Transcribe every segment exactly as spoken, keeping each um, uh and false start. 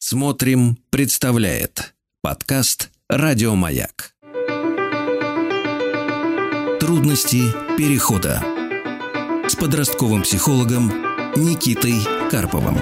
Смотрим, представляет подкаст «Радио Маяк». Трудности перехода с подростковым психологом Никитой Карповым.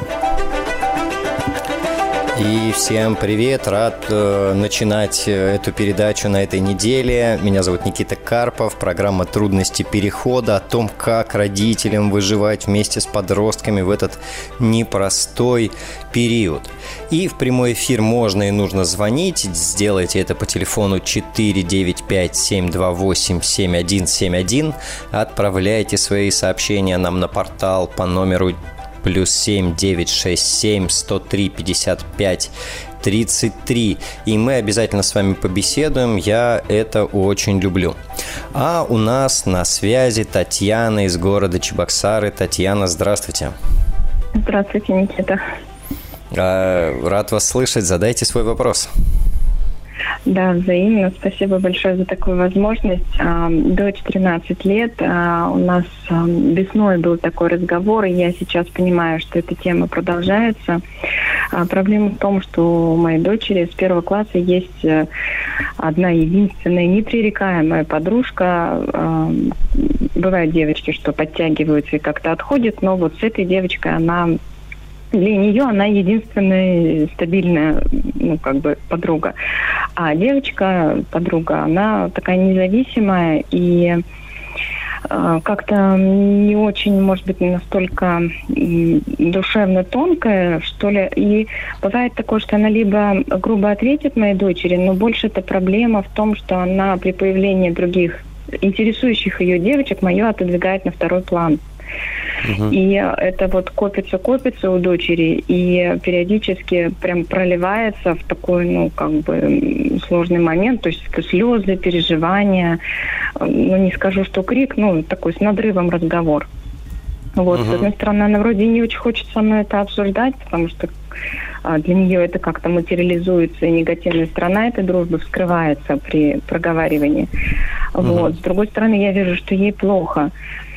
И всем привет, рад э, начинать эту передачу на этой неделе. Меня зовут Никита Карпов, программа «Трудности перехода», о том, как родителям выживать вместе с подростками в этот непростой период. И в прямой эфир можно и нужно звонить, сделайте это по телефону четыре девять пять семь два восемь семь один семь один, отправляйте свои сообщения нам на портал по номеру плюс семь девять шесть семь сто три пятьдесят пять тридцать три. И мы обязательно с вами побеседуем. Я это очень люблю. А у нас на связи Татьяна из города Чебоксары. Татьяна, здравствуйте. Здравствуйте, Никита. Рад вас слышать. Задайте свой вопрос. Да, взаимно. Спасибо большое за такую возможность. Дочь тринадцать лет. У нас весной был такой разговор, и я сейчас понимаю, что эта тема продолжается. Проблема в том, что у моей дочери с первого класса есть одна единственная непререкаемая подружка. Бывают девочки, что подтягиваются и как-то отходят, но вот с этой девочкой она... Для нее она единственная стабильная, ну, как бы, подруга. А девочка, подруга, она такая независимая и э, как-то не очень, может быть, настолько душевно тонкая, что ли. И бывает такое, что она либо грубо ответит моей дочери, но больше это проблема в том, что она при появлении других интересующих ее девочек мое отодвигает на второй план. Uh-huh. И это вот копится-копится у дочери, и периодически прям проливается в такой, ну, как бы сложный момент, то есть это слезы, переживания, ну, не скажу, что крик, ну, такой с надрывом разговор. Вот, uh-huh. С одной стороны, она вроде не очень хочет со мной это обсуждать, потому что а, для нее это как-то материализуется, и негативная сторона этой дружбы вскрывается при проговаривании. Uh-huh. Вот, с другой стороны, я вижу, что ей плохо.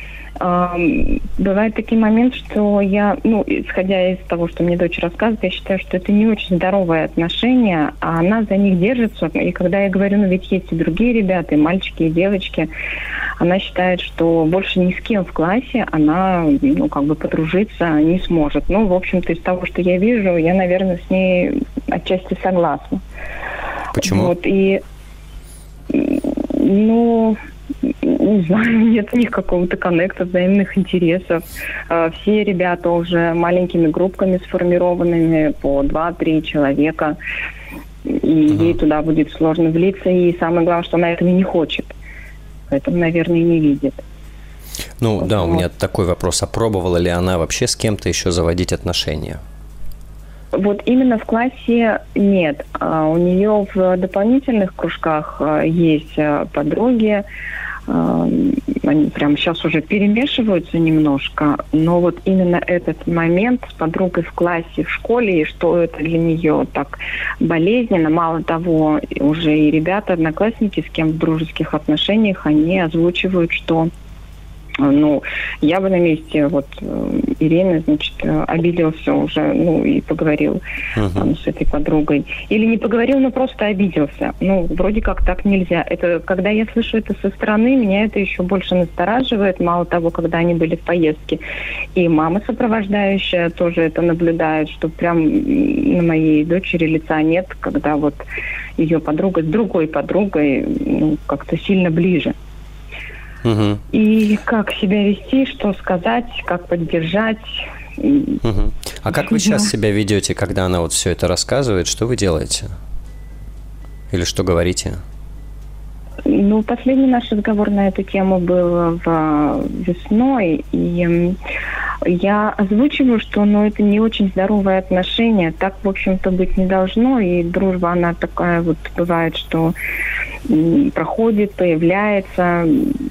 Бывают такие моменты, что я, ну, исходя из того, что мне дочь рассказывает, я считаю, что это не очень здоровые отношения, а она за них держится. И когда я говорю, ну, ведь есть и другие ребята, и мальчики, и девочки, она считает, что больше ни с кем в классе она, ну, как бы подружиться не сможет. Ну, в общем-то, из того, что я вижу, я, наверное, с ней отчасти согласна. Почему? Вот, и, ну... Не знаю, нет у них какого-то коннекта, взаимных интересов. Все ребята уже маленькими группками сформированными, по два-три человека. И uh-huh. ей туда будет сложно влиться. И самое главное, что она этого не хочет. Поэтому, наверное, и не видит. Ну вот. Да, у меня такой вопрос. А пробовала ли она вообще с кем-то еще заводить отношения? Вот именно в классе нет. У нее в дополнительных кружках есть подруги. Они прямо сейчас уже перемешиваются немножко, но вот именно этот момент с подругой в классе, в школе, и что это для нее так болезненно. Мало того, уже и ребята, одноклассники, с кем в дружеских отношениях, они озвучивают, что ну, я бы на месте вот Ирины, значит, обиделся уже, ну, и поговорил uh-huh. там, с этой подругой. Или не поговорил, но просто обиделся. Ну, вроде как так нельзя. Это, когда я слышу это со стороны, меня это еще больше настораживает. Мало того, когда они были в поездке, и мама сопровождающая тоже это наблюдает, что прям на моей дочери лица нет, когда вот ее подруга с другой подругой, ну, как-то сильно ближе. Угу. И как себя вести, что сказать, как поддержать. Угу. А как вы сейчас себя ведете, когда она вот все это рассказывает? Что вы делаете? Или что говорите? Ну, последний наш разговор на эту тему был в весной, и я озвучиваю, что ну, это не очень здоровое отношение, так, в общем-то, быть не должно, и дружба, она такая вот бывает, что проходит, появляется,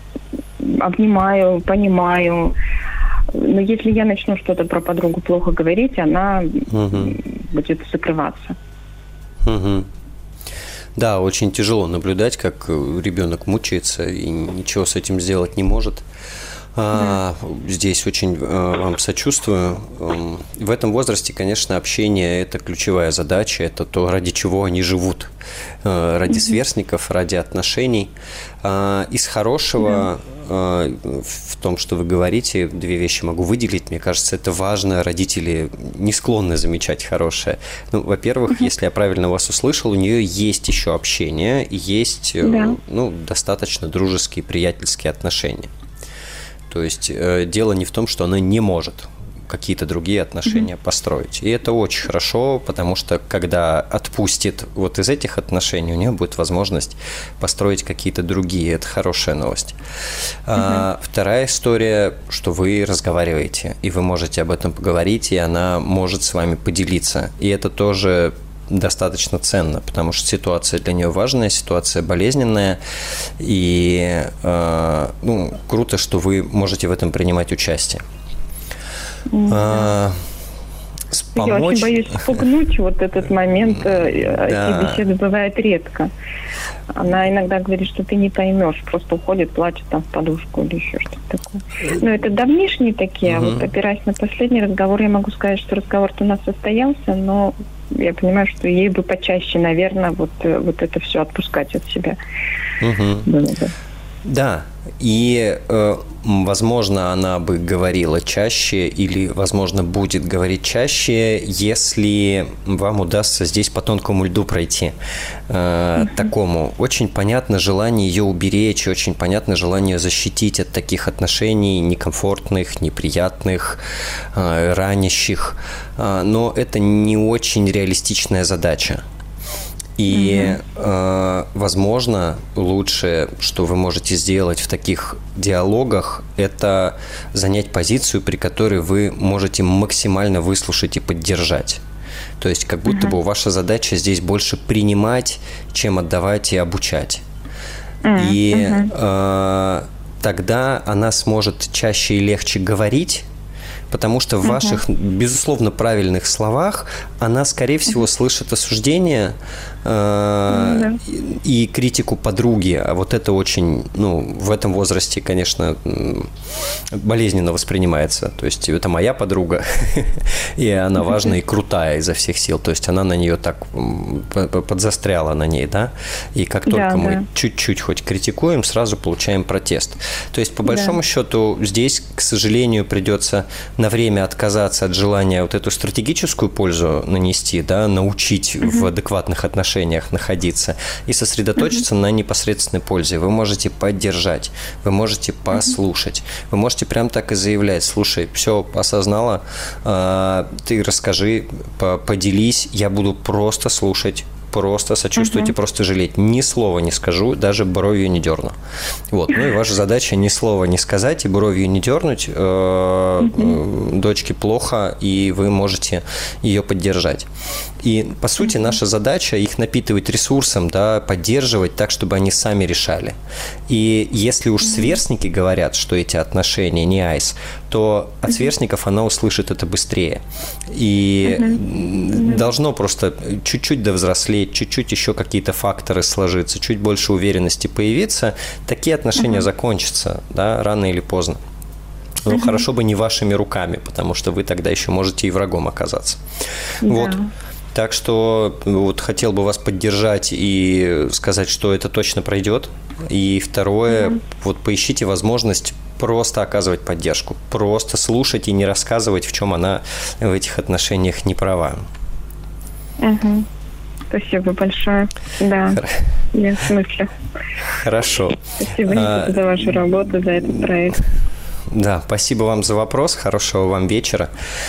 обнимаю, понимаю. Но если я начну что-то про подругу плохо говорить, она угу. будет закрываться. Угу. Да, очень тяжело наблюдать, как ребенок мучается и ничего с этим сделать не может. А, здесь очень а, вам сочувствую. В этом возрасте, конечно, общение – это ключевая задача, это то, ради чего они живут. Ради сверстников, ради отношений. А, из хорошего а, в том, что вы говорите, две вещи могу выделить. Мне кажется, это важно. Родители не склонны замечать хорошее. Ну, во-первых, если я правильно вас услышал, у нее есть еще общение, есть да. ну, достаточно дружеские, приятельские отношения. То есть э, дело не в том, что она не может какие-то другие отношения mm-hmm. построить. И это очень хорошо, потому что когда отпустит вот из этих отношений, у нее будет возможность построить какие-то другие. Это хорошая новость. Mm-hmm. А, вторая история, что вы разговариваете, и вы можете об этом поговорить, и она может с вами поделиться. И это тоже достаточно ценно, потому что ситуация для нее важная, ситуация болезненная, и э, ну, круто, что вы можете в этом принимать участие. Mm-hmm. А, помочь... Я очень боюсь спугнуть вот этот момент, да. Эти беседы бывает редко. Она иногда говорит, что ты не поймешь, просто уходит, плачет там в подушку или еще что-то такое. Но это давнишние такие, угу. а вот опираясь на последний разговор, я могу сказать, что разговор-то у нас состоялся, но я понимаю, что ей бы почаще, наверное, вот, вот это все отпускать от себя. Угу. Было бы. Да, и, э, возможно, она бы говорила чаще или, возможно, будет говорить чаще, если вам удастся здесь по тонкому льду пройти. Э, uh-huh. Такому. Очень понятно желание ее уберечь, очень понятно желание защитить от таких отношений некомфортных, неприятных, э, ранящих, э, но это не очень реалистичная задача. И, э, возможно, лучшее, что вы можете сделать в таких диалогах, это занять позицию, при которой вы можете максимально выслушать и поддержать. То есть, как будто uh-huh. бы ваша задача здесь больше принимать, чем отдавать и обучать. Uh-huh. И э, тогда она сможет чаще и легче говорить, потому что в ваших, uh-huh. безусловно, правильных словах она, скорее всего, uh-huh. слышит осуждение э, uh-huh. и, и критику подруги. А вот это очень, ну, в этом возрасте, конечно, болезненно воспринимается. То есть это моя подруга, и она uh-huh. важная и крутая изо всех сил. То есть она на нее так подзастряла на ней, да? И как только да, мы да. чуть-чуть хоть критикуем, сразу получаем протест. То есть, по большому да. счету, здесь, к сожалению, придется на время отказаться от желания вот эту стратегическую пользу нанести, да, научить uh-huh. в адекватных отношениях находиться и сосредоточиться uh-huh. на непосредственной пользе. Вы можете поддержать, вы можете послушать, uh-huh. вы можете прям так и заявлять: слушай, все, осознала, э, ты расскажи, поделись, я буду просто слушать, просто сочувствуйте, uh-huh. просто жалеть. Ни слова не скажу, даже бровью не дерну. Вот. Ну и ваша задача ни слова не сказать и бровью не дернуть. Э, uh-huh. Дочке плохо, и вы можете ее поддержать. И, по сути, uh-huh. наша задача их напитывать ресурсом, да, поддерживать так, чтобы они сами решали. И если уж uh-huh. сверстники говорят, что эти отношения не айс, то от uh-huh. сверстников она услышит это быстрее. И uh-huh. должно просто чуть-чуть довзрослеть, чуть-чуть еще какие-то факторы сложиться, чуть больше уверенности появиться, такие отношения uh-huh. закончатся, да, рано или поздно. Но uh-huh. хорошо бы не вашими руками, потому что вы тогда еще можете и врагом оказаться. Yeah. Вот. Так что вот хотел бы вас поддержать и сказать, что это точно пройдет. И второе, uh-huh. вот поищите возможность просто оказывать поддержку, просто слушать и не рассказывать, в чем она в этих отношениях не права. Uh-huh. Спасибо большое. Да, Хор... я в смысле. Хорошо. Спасибо а... за вашу работу, за этот проект. Да, спасибо вам за вопрос. Хорошего вам вечера.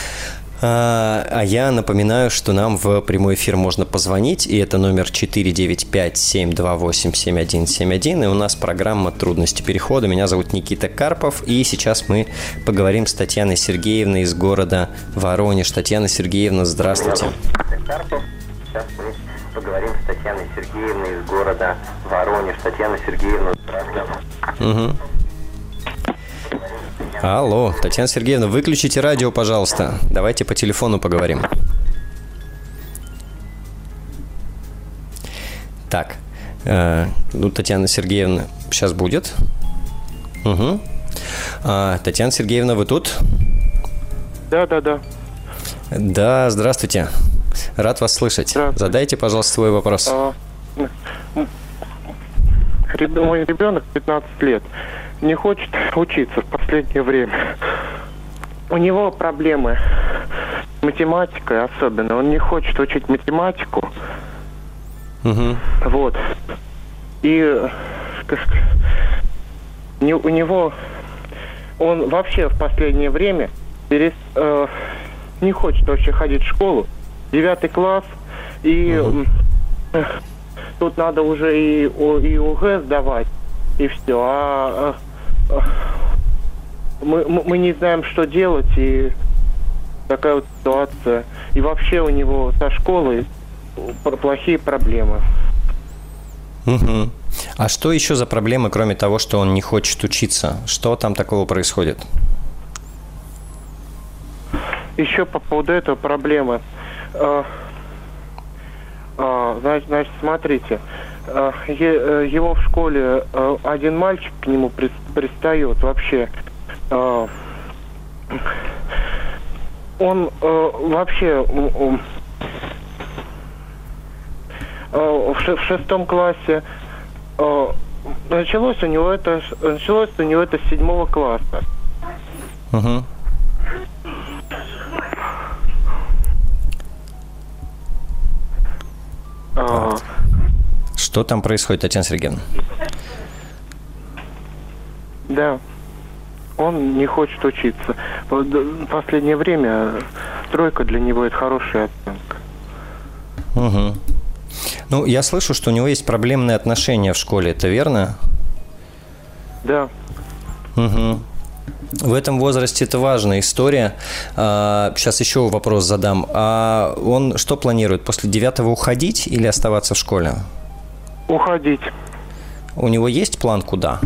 А, а я напоминаю, что нам в прямой эфир можно позвонить, и это номер четыре девять пять семь два восемь семь один семь один, и у нас программа «Трудности перехода». Меня зовут Никита Карпов, и сейчас мы поговорим с Татьяной Сергеевной из города Воронеж. Татьяна Сергеевна, здравствуйте. Карпов. Сейчас мы поговорим с Татьяной Сергеевной из города Воронеж. Татьяна Сергеевна, здравствуйте. Угу. Алло, Татьяна Сергеевна, выключите радио, пожалуйста. Давайте по телефону поговорим. Так, э, ну, Татьяна Сергеевна сейчас будет. Угу. А, Татьяна Сергеевна, вы тут? Да, да, да. Да, здравствуйте. Рад вас слышать. Задайте, пожалуйста, свой вопрос. А, мой ребенок пятнадцать лет не хочет учиться в последнее время. У него проблемы с математикой особенно. Он не хочет учить математику. Угу. Вот. И у него он вообще в последнее время перес, э, не хочет вообще ходить в школу. Девятый класс. И угу. э, тут надо уже и, и ОГЭ сдавать. И все. А, а мы, мы не знаем, что делать. И такая вот ситуация. И вообще у него со школой плохие проблемы. Угу. А что еще за проблемы, кроме того, что он не хочет учиться? Что там такого происходит? Еще по поводу этого проблемы. А, а, значит, значит, смотрите. А, е, его в школе а, один мальчик к нему при, пристает вообще. А, он а, вообще... В шестом классе началось у него это началось у него это с седьмого класса. Угу. А... Что там происходит, Татьяна Сергеевна? Да, он не хочет учиться. В последнее время тройка для него это хорошая оценка. Угу. Ну, я слышу, что у него есть проблемные отношения в школе, это верно? Да. Угу. В этом возрасте это важная история. А, сейчас еще вопрос задам. А он что планирует? После девятого уходить или оставаться в школе? Уходить. У него есть план куда?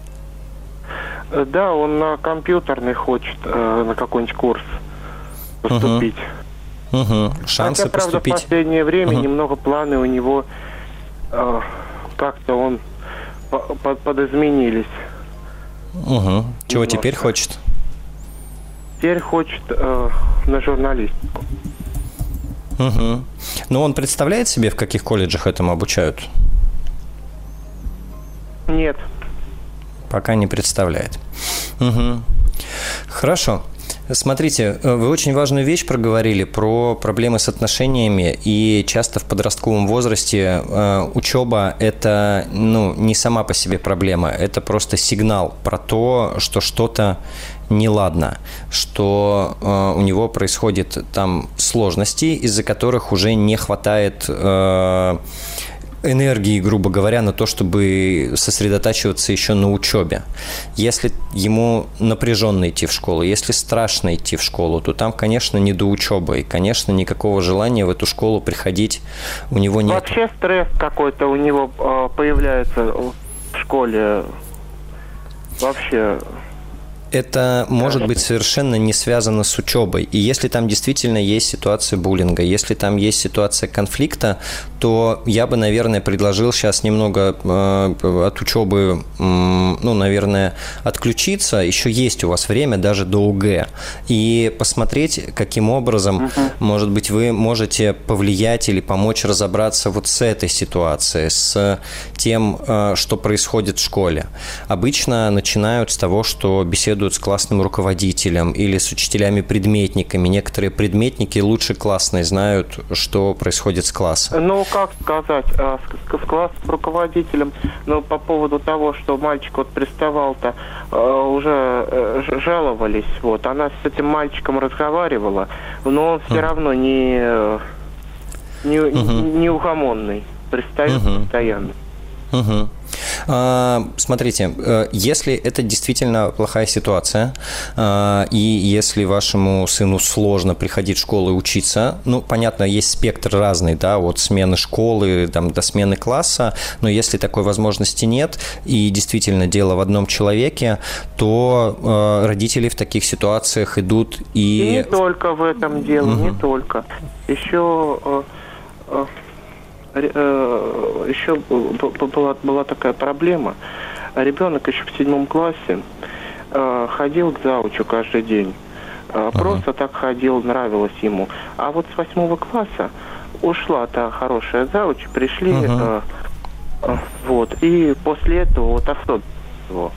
Да, он на компьютерный хочет, э, на какой-нибудь курс поступить. Угу. Угу. Шансы Хотя, правда, поступить. в последнее время угу. немного планы у него э, как-то он по- по- подизменились. Угу. Чего немножко. Теперь хочет? Теперь хочет э, на журналистику. Угу. Но он представляет себе, в каких колледжах этому обучают? Нет. Пока не представляет. Угу. Хорошо. Смотрите, вы очень важную вещь проговорили про проблемы с отношениями, и часто в подростковом возрасте э, учеба – это ну, не сама по себе проблема, это просто сигнал про то, что что-то неладно, что э, у него происходят там сложности, из-за которых уже не хватает э, энергии, грубо говоря, на то, чтобы сосредотачиваться еще на учебе. Если ему напряженно идти в школу, если страшно идти в школу, то там, конечно, не до учебы. И, конечно, никакого желания в эту школу приходить у него нет. Вообще стресс какой-то у него э, появляется в школе. Вообще... Это может быть совершенно не связано с учебой. И если там действительно есть ситуация буллинга, если там есть ситуация конфликта, то я бы, наверное, предложил сейчас немного э, от учебы, э, ну, наверное, отключиться. Еще есть у вас время даже до ОГЭ. И посмотреть, каким образом, uh-huh. может быть, вы можете повлиять или помочь разобраться вот с этой ситуацией, с тем, э, что происходит в школе. Обычно начинают с того, что беседуют с классным руководителем или с учителями-предметниками. Некоторые предметники лучше классные знают, что происходит с классом. Ну, как сказать, с, с классным руководителем, ну, по поводу того, что мальчик вот приставал-то, уже жаловались, вот, она с этим мальчиком разговаривала, но он все uh-huh. равно не, не, uh-huh. не угомонный, пристает uh-huh. постоянно. Угу. Смотрите, если это действительно плохая ситуация, и если вашему сыну сложно приходить в школу и учиться, ну, понятно, есть спектр разный, да, от смены школы там, до смены класса, но если такой возможности нет, и действительно дело в одном человеке, то родители в таких ситуациях идут и... И не только в этом дело, угу. не только. Еще... Еще была, была такая проблема. Ребенок еще в седьмом классе, э, ходил к заучу каждый день. Э, uh-huh. Просто так ходил, нравилось ему. А вот с восьмого класса ушла та хорошая зауч, пришли, uh-huh. э, э, вот, и после этого вот особенно его.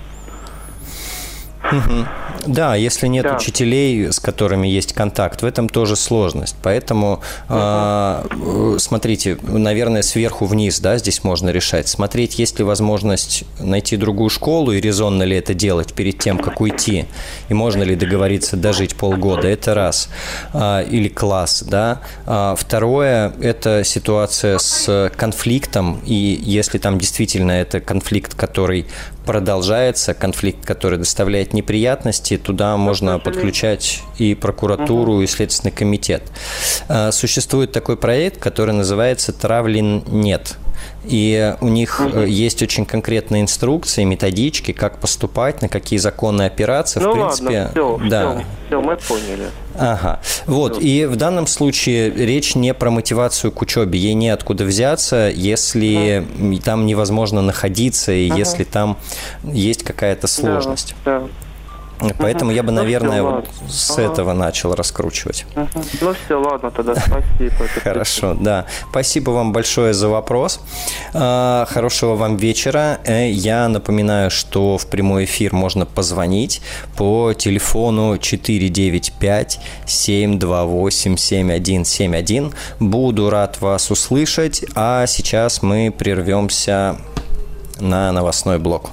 Угу. Да, если нет да. учителей, с которыми есть контакт, в этом тоже сложность. Поэтому, uh-huh. э, смотрите, наверное, сверху вниз, да, здесь можно решать. Смотреть, есть ли возможность найти другую школу и резонно ли это делать перед тем, как уйти. И можно ли договориться дожить полгода, это раз. А, или класс, да. А, второе, это ситуация с конфликтом. И если там действительно это конфликт, который продолжается, конфликт, который доставляет неприятности, туда можно подключать и прокуратуру, и Следственный комитет. Существует такой проект, который называется «Травлин нет». И у них угу. есть очень конкретные инструкции, методички, как поступать, на какие законные операции. Ну в принципе, ладно, все, да. все, все, мы поняли. Ага. Вот, все. И в данном случае речь не про мотивацию к учебе, ей неоткуда взяться, если угу. там невозможно находиться, и угу. если там есть какая-то сложность. Да, да. Поэтому uh-huh. я бы, наверное, ну, вот с uh-huh. этого начал раскручивать. Uh-huh. Ну все, ладно, тогда спасибо. Хорошо, да. Спасибо вам большое за вопрос. Хорошего вам вечера. Я напоминаю, что в прямой эфир можно позвонить по телефону четыре девять пять семь два восемь семь один семь один. Буду рад вас услышать, а сейчас мы прервемся на новостной блок.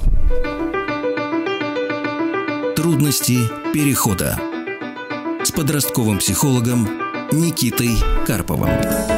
Трудности перехода с подростковым психологом Никитой Карповым.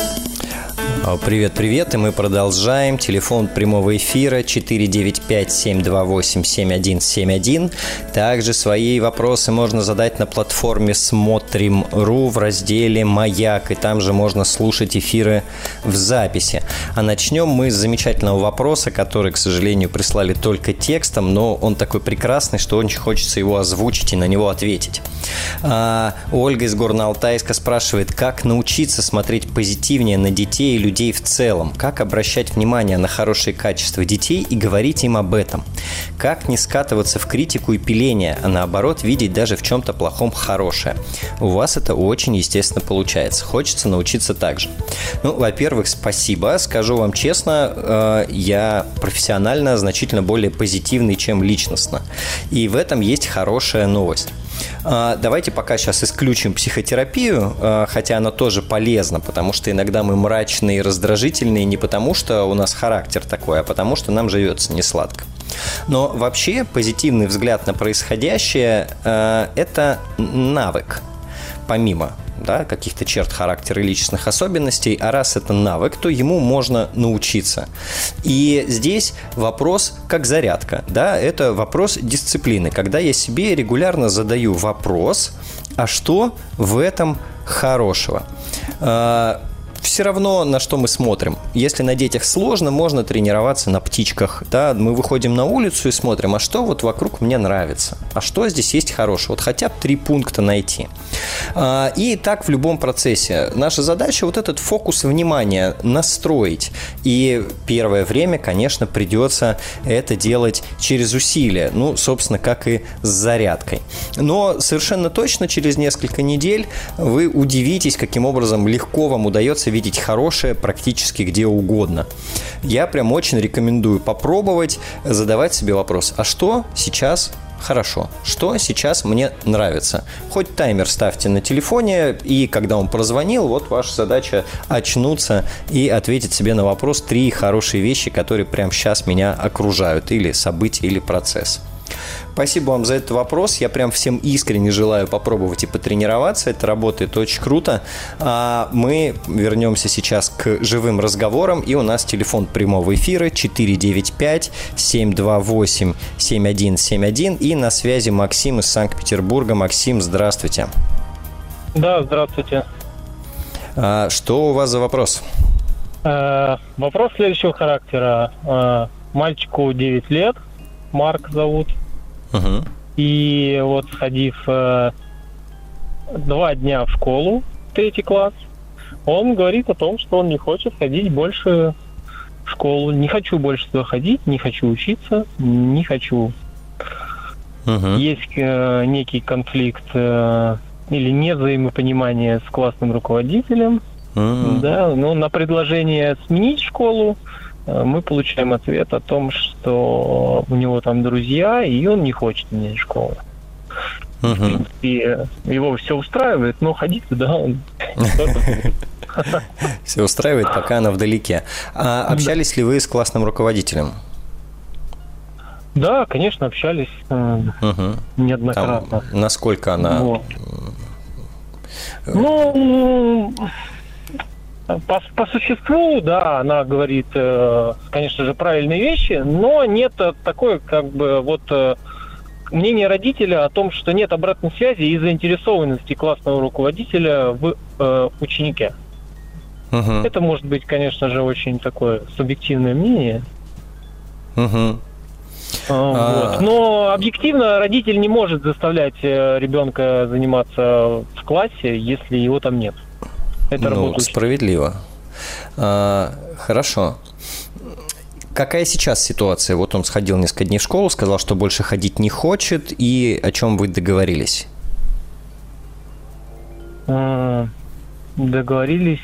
Привет, привет, и мы продолжаем. Телефон прямого эфира четыре девять пять семь два восемь семь один семь один. Также свои вопросы можно задать на платформе смотрим точка ру в разделе «Маяк», и там же можно слушать эфиры в записи. А начнем мы с замечательного вопроса, который, к сожалению, прислали только текстом, но он такой прекрасный, что очень хочется его озвучить и на него ответить. А, Ольга из Горно-Алтайска спрашивает, как научиться смотреть позитивнее на детей и людей людей в целом, как обращать внимание на хорошие качества детей и говорить им об этом, как не скатываться в критику и пиление, а наоборот видеть даже в чем-то плохом хорошее. У вас это очень естественно получается, хочется научиться так же. Ну, во-первых, спасибо, скажу вам честно, я профессионально значительно более позитивный, чем личностно, и в этом есть хорошая новость. Давайте пока сейчас исключим психотерапию, хотя она тоже полезна, потому что иногда мы мрачные и раздражительные не потому, что у нас характер такой, а потому что нам живется несладко. Но вообще позитивный взгляд на происходящее – это навык, помимо да, каких-то черт характера и личностных особенностей, а раз это навык, то ему можно научиться. И здесь вопрос как зарядка, да, это вопрос дисциплины, когда я себе регулярно задаю вопрос, а что в этом хорошего? Все равно, на что мы смотрим. Если на детях сложно, можно тренироваться на птичках. Да? Мы выходим на улицу и смотрим, а что вот вокруг мне нравится? А что здесь есть хорошего? Вот хотя бы три пункта найти. И так в любом процессе. Наша задача вот этот фокус внимания настроить. И первое время, конечно, придется это делать через усилия. Ну, собственно, как и с зарядкой. Но совершенно точно через несколько недель вы удивитесь, каким образом легко вам удается видеть хорошее практически где угодно. Я прям очень рекомендую попробовать задавать себе вопрос, а что сейчас хорошо, что сейчас мне нравится. Хоть таймер ставьте на телефоне, и когда он прозвонил, вот ваша задача очнуться и ответить себе на вопрос три хорошие вещи, которые прямо сейчас меня окружают, или события, или процесс. Спасибо вам за этот вопрос. Я прям всем искренне желаю попробовать и потренироваться. Это работает очень круто. А мы вернемся сейчас к живым разговорам. И у нас телефон прямого эфира четыре девять пять семь два восемь семь один семь один. И на связи Максим из Санкт-Петербурга. Максим, здравствуйте. Да, здравствуйте. А, что у вас за вопрос? Э, вопрос следующего характера. Э, мальчику девять лет. Марк зовут. Uh-huh. И вот сходив э, два дня в школу, третий класс, он говорит о том, что он не хочет ходить больше в школу. Не хочу больше туда ходить, не хочу учиться, не хочу Uh-huh. Есть э, некий конфликт э, или невзаимопонимание с классным руководителем. Uh-huh. Да, но на предложение сменить школу э, мы получаем ответ о том, что у него там друзья, и он не хочет менять школу. Uh-huh. И его все устраивает, но ходить туда он... Все устраивает, пока она вдалеке. А общались ли вы с классным руководителем? Да, конечно, общались угу. неоднократно. Там, насколько она... Вот. Ну, по, по существу, да, она говорит, конечно же, правильные вещи, но нет такой, как бы, вот... мнение родителя о том, что нет обратной связи и заинтересованности классного руководителя в э, ученике. Uh-huh. Это может быть, конечно же, очень такое субъективное мнение. Uh-huh. А, вот. Но объективно родитель не может заставлять ребенка заниматься в классе, если его там нет. Это ну, работает. Справедливо. А, хорошо. Какая сейчас ситуация? Вот он сходил несколько дней в школу, сказал, что больше ходить не хочет, и о чем вы договорились? А, договорились...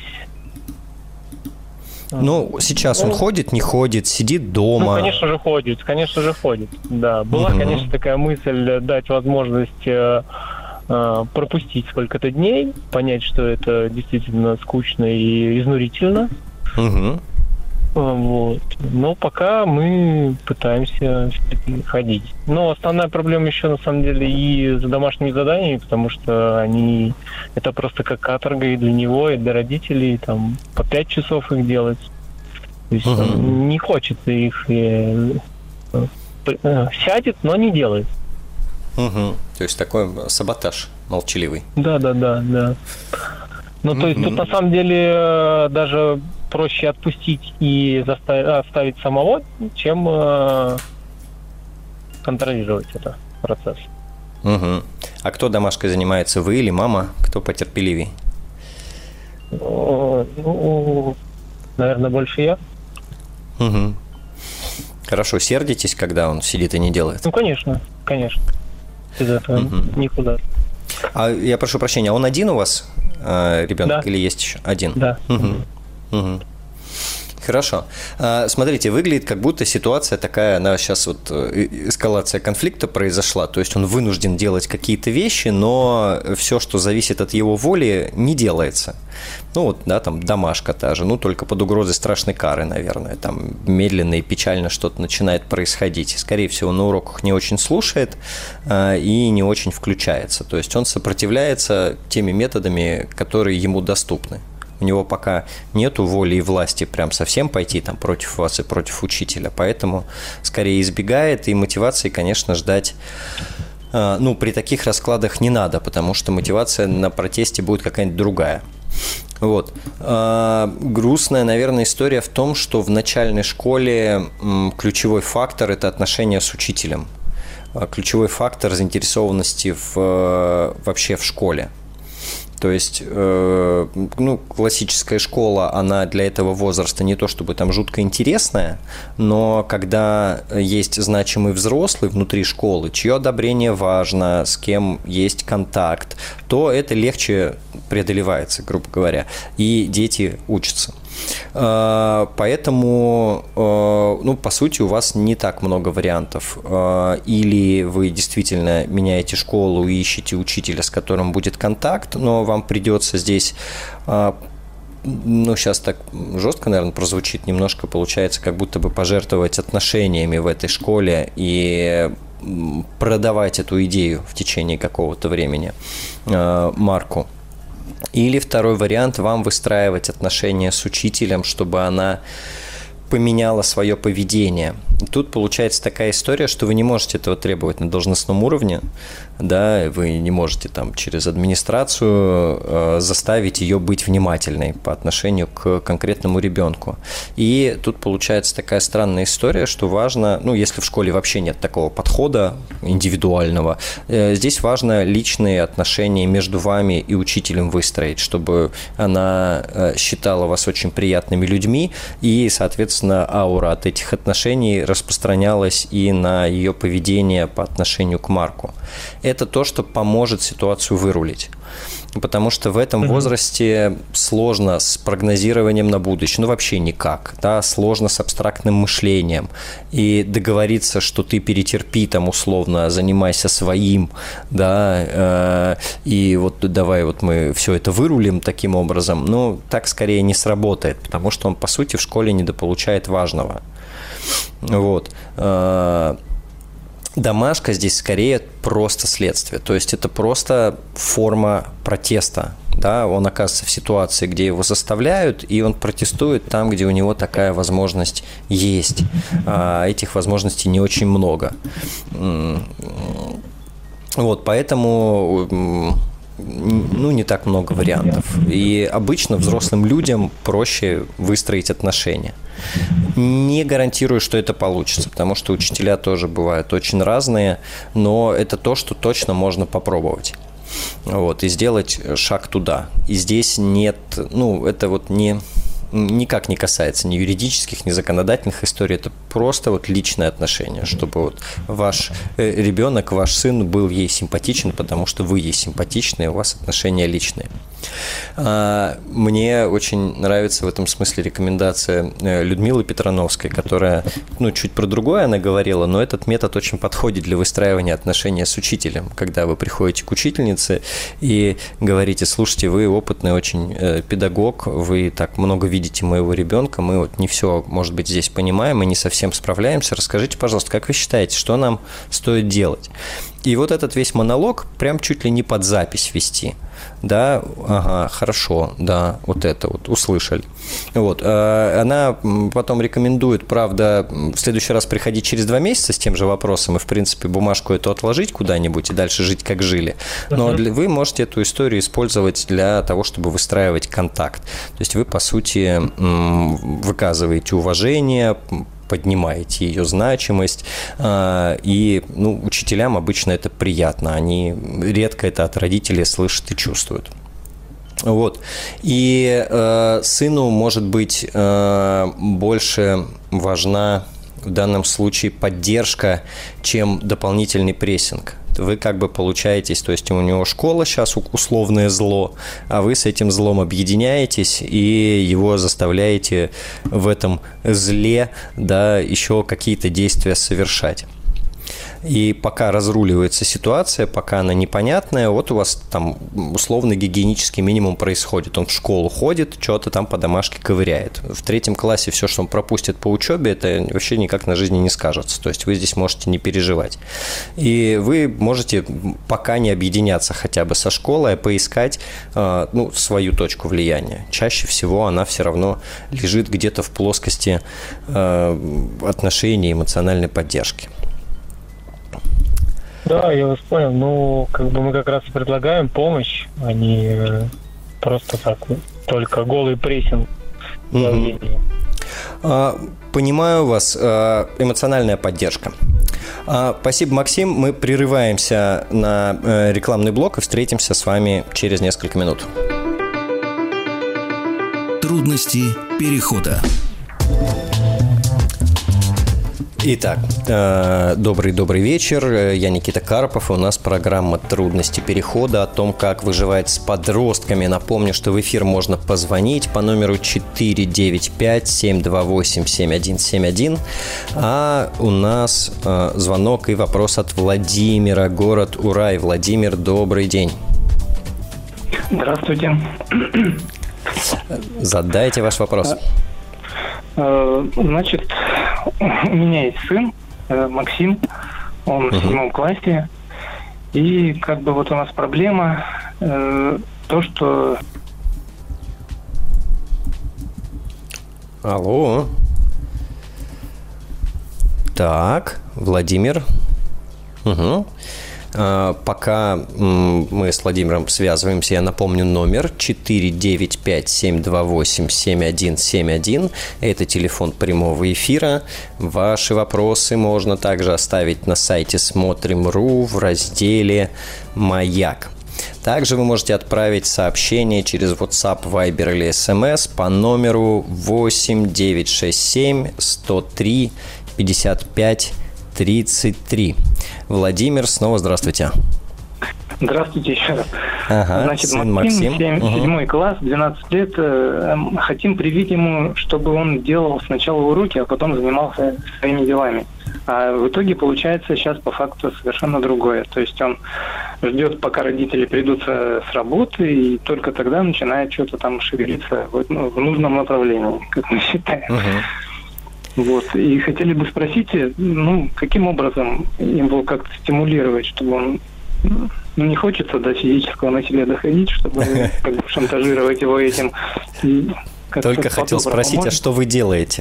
Ну, сейчас ну, он ходит, не ходит, сидит дома. Ну, конечно же, ходит, конечно же, ходит, да. Была, угу. конечно, такая мысль дать возможность э, э, пропустить сколько-то дней, понять, что это действительно скучно и изнурительно. Угу. Вот. Но пока мы пытаемся ходить. Но основная проблема еще, на самом деле, и с домашними заданиями, потому что они... Это просто как каторга и для него, и для родителей. Там по пять часов их делать. То есть uh-huh. он не хочется их... Э, э, сядет, но не делает. Uh-huh. То есть такой саботаж молчаливый. Да-да-да, да. Ну, uh-huh. то есть тут, на самом деле, даже... проще отпустить и заставить, оставить самого, чем э, контролировать этот процесс. Угу. А кто домашкой занимается, вы или мама? Кто потерпеливей? Ну, наверное, больше я. Угу. Хорошо, сердитесь, когда он сидит и не делает? Ну, конечно, конечно. Без этого угу. никуда. А я прошу прощения, он один у вас э, ребенок, да. Или есть еще один? Да. Угу. Угу. Хорошо. Смотрите, выглядит как будто ситуация такая, она сейчас вот эскалация конфликта произошла, то есть он вынужден делать какие-то вещи, но все, что зависит от его воли, не делается. Ну вот, да, там домашка та же, ну только под угрозой страшной кары, наверное, там медленно и печально что-то начинает происходить. Скорее всего, на уроках не очень слушает и не очень включается, то есть он сопротивляется теми методами, которые ему доступны. У него пока нету воли и власти прям совсем пойти там против вас и против учителя, поэтому скорее избегает, и мотивации, конечно, ждать, ну, при таких раскладах не надо, потому что мотивация на протесте будет какая-нибудь другая. Вот. Грустная, наверное, история в том, что в начальной школе ключевой фактор – это отношения с учителем, ключевой фактор заинтересованности в, вообще в школе. То есть, э, ну, классическая школа, она для этого возраста не то чтобы там жутко интересная, но когда есть значимый взрослый внутри школы, чье одобрение важно, с кем есть контакт, то это легче преодолевается, грубо говоря, и дети учатся. Поэтому, ну, по сути, у вас не так много вариантов. Или вы действительно меняете школу и ищете учителя, с которым будет контакт, но вам придется здесь, ну, сейчас так жестко, наверное, прозвучит, немножко получается, как будто бы пожертвовать отношениями в этой школе и продавать эту идею в течение какого-то времени Марку. Или второй вариант – вам выстраивать отношения с учителем, чтобы она поменяла свое поведение. И тут получается такая история, что вы не можете этого требовать на должностном уровне, да, вы не можете там через администрацию э, заставить ее быть внимательной по отношению к конкретному ребенку. И тут получается такая странная история, что важно, ну, если в школе вообще нет такого подхода индивидуального, э, здесь важно личные отношения между вами и учителем выстроить, чтобы она э, считала вас очень приятными людьми, и, соответственно, аура от этих отношений распространялось и на ее поведение по отношению к Марку. Это то, что поможет ситуацию вырулить. Потому что в этом возрасте сложно с прогнозированием на будущее, ну вообще никак, да, сложно с абстрактным мышлением. И договориться, что ты перетерпи там условно, занимайся своим, да, э, и вот давай вот мы все это вырулим таким образом, ну так скорее не сработает, потому что он по сути в школе недополучает важного. Вот. Домашка здесь скорее просто следствие, то есть это просто форма протеста, да, он оказывается в ситуации, где его заставляют, и он протестует там, где у него такая возможность есть, а этих возможностей не очень много, вот, поэтому... ну, не так много вариантов. И обычно взрослым людям проще выстроить отношения. Не гарантирую, что это получится, потому что учителя тоже бывают очень разные, но это то, что точно можно попробовать. Вот, и сделать шаг туда. И здесь нет, ну, это вот не... никак не касается ни юридических, ни законодательных историй. Это просто вот личное отношение, чтобы вот ваш ребенок, ваш сын был ей симпатичен, потому что вы ей симпатичны, и у вас отношения личные. Мне очень нравится в этом смысле рекомендация Людмилы Петрановской, которая, ну, чуть про другое она говорила, но этот метод очень подходит для выстраивания отношений с учителем, когда вы приходите к учительнице и говорите: слушайте, вы опытный очень педагог, вы так много видите видите моего ребенка, мы вот не все, может быть, здесь понимаем, мы не совсем справляемся. Расскажите, пожалуйста, как вы считаете, что нам стоит делать? И вот этот весь монолог прям чуть ли не под запись вести. Да, ага, хорошо, да, вот это вот, услышали. Вот, она потом рекомендует, правда, в следующий раз приходить через два месяца с тем же вопросом и, в принципе, бумажку эту отложить куда-нибудь и дальше жить, как жили. Но uh-huh. вы можете эту историю использовать для того, чтобы выстраивать контакт. То есть вы, по сути, выказываете уважение, поднимаете ее значимость, и, ну, учителям обычно это приятно, они редко это от родителей слышат и чувствуют. Вот. И э, сыну, может быть, э, больше важна в данном случае поддержка, чем дополнительный прессинг. Вы как бы получаетесь, то есть у него школа сейчас условное зло, а вы с этим злом объединяетесь и его заставляете в этом зле, да, еще какие-то действия совершать. И пока разруливается ситуация, пока она непонятная, вот у вас там условно гигиенический минимум происходит. Он в школу ходит, что-то там по домашке ковыряет. В третьем классе все, что он пропустит по учебе, это вообще никак на жизни не скажется. То есть вы здесь можете не переживать. И вы можете пока не объединяться хотя бы со школой, а поискать ну, свою точку влияния. Чаще всего она все равно лежит где-то в плоскости отношений, эмоциональной поддержки. Да, я вас понял. Ну, как бы мы как раз предлагаем помощь, а не просто так, только голый прессинг. Mm-hmm. а, понимаю вас. Эмоциональная поддержка. А, спасибо, Максим. Мы прерываемся на рекламный блок и встретимся с вами через несколько минут. Трудности перехода. Итак, добрый-добрый вечер. Я Никита Карпов, и у нас программа «Трудности перехода» о том, как выживать с подростками. Напомню, что в эфир можно позвонить по номеру четыре девять пять семь два восемь семь один семь один. А у нас звонок и вопрос от Владимира, город Урай. Владимир, добрый день. Здравствуйте. Задайте ваш вопрос. Значит, у меня есть сын, Максим, он uh-huh. в седьмом классе, и как бы вот у нас проблема э, то, что... Алло. Так, Владимир. Угу. Пока мы с Владимиром связываемся, я напомню номер четыре девять пять семь два восемь семь один семь один. Это телефон прямого эфира. Ваши вопросы можно также оставить на сайте смотрим точка ру в разделе «Маяк». Также вы можете отправить сообщение через WhatsApp, Viber или эс эм эс по номеру восемь девятьсот шестьдесят семь сто три пятьдесят пять тридцать три. Владимир, снова здравствуйте. Здравствуйте еще раз. Ага, Значит, сын Максим, Максим. семь, Угу. седьмой класс, двенадцать лет. Э, хотим привить ему, чтобы он делал сначала уроки, а потом занимался своими делами. А в итоге получается сейчас по факту совершенно другое. То есть он ждет, пока родители придут с работы, и только тогда начинает что-то там шевелиться в, ну, в нужном направлении, как мы считаем. Угу. Вот. И хотели бы спросить, ну, каким образом его как-то стимулировать, чтобы он... Ну, не хочется до физического насилия доходить, чтобы как бы шантажировать его этим. И Только хотел спросить, поможет. а что вы делаете?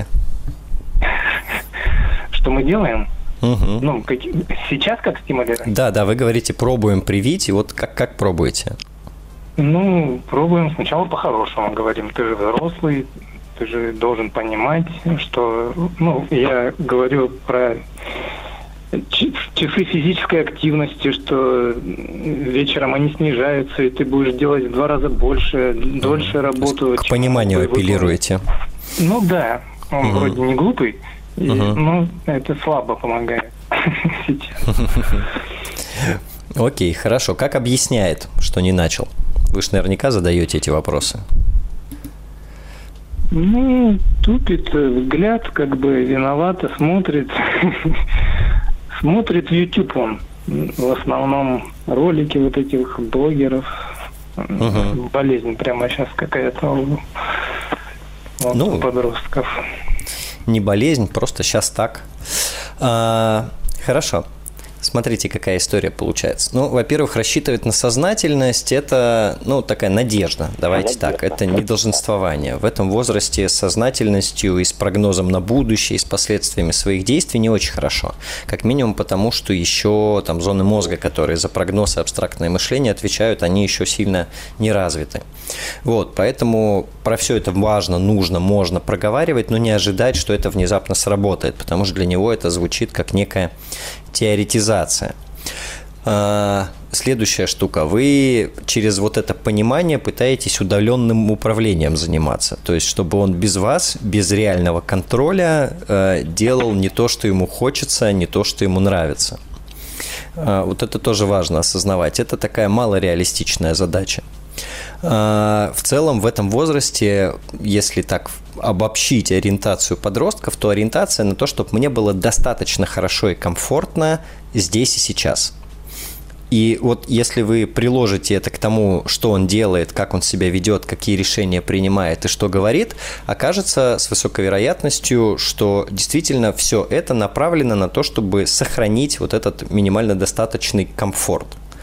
Что мы делаем? Угу. Ну, как... сейчас как стимулировать? Да, да, вы говорите, пробуем привить, и вот как, как пробуете? Ну, пробуем сначала по-хорошему, говорим, ты же взрослый, ты же должен понимать, что... Ну, я говорю про часы физической активности, что вечером они снижаются, и ты будешь делать в два раза больше, дольше работу. К пониманию апеллируете. Ну да, он угу. вроде не глупый, и, угу. но это слабо помогает сейчас. Окей, хорошо. Как объясняет, что не начал? Вы же наверняка задаете эти вопросы. Ну, тупит взгляд, как бы виновато смотрит. Смотрит в YouTube он. В основном ролики вот этих блогеров. Угу. Болезнь прямо сейчас какая-то у, ну, у подростков. Не болезнь, просто сейчас так. А, хорошо. Смотрите, какая история получается. Ну, во-первых, рассчитывать на сознательность – это, ну, такая надежда. Давайте так, это не долженствование. В этом возрасте с сознательностью и с прогнозом на будущее, и с последствиями своих действий не очень хорошо. Как минимум потому, что еще там зоны мозга, которые за прогноз и абстрактное мышление отвечают, они еще сильно не развиты. Вот, поэтому про все это важно, нужно, можно проговаривать, но не ожидать, что это внезапно сработает, потому что для него это звучит как некая теоретизация. Следующая штука. Вы через вот это понимание пытаетесь удаленным управлением заниматься. То есть, чтобы он без вас, без реального контроля делал не то, что ему хочется, не то, что ему нравится. Вот это тоже важно осознавать. Это такая малореалистичная задача. В целом в этом возрасте, если так обобщить ориентацию подростков, то ориентация на то, чтобы мне было достаточно хорошо и комфортно здесь и сейчас. И вот если вы приложите это к тому, что он делает, как он себя ведет, какие решения принимает и что говорит, окажется с высокой вероятностью, что действительно все это направлено на то, чтобы сохранить вот этот минимально достаточный комфорт.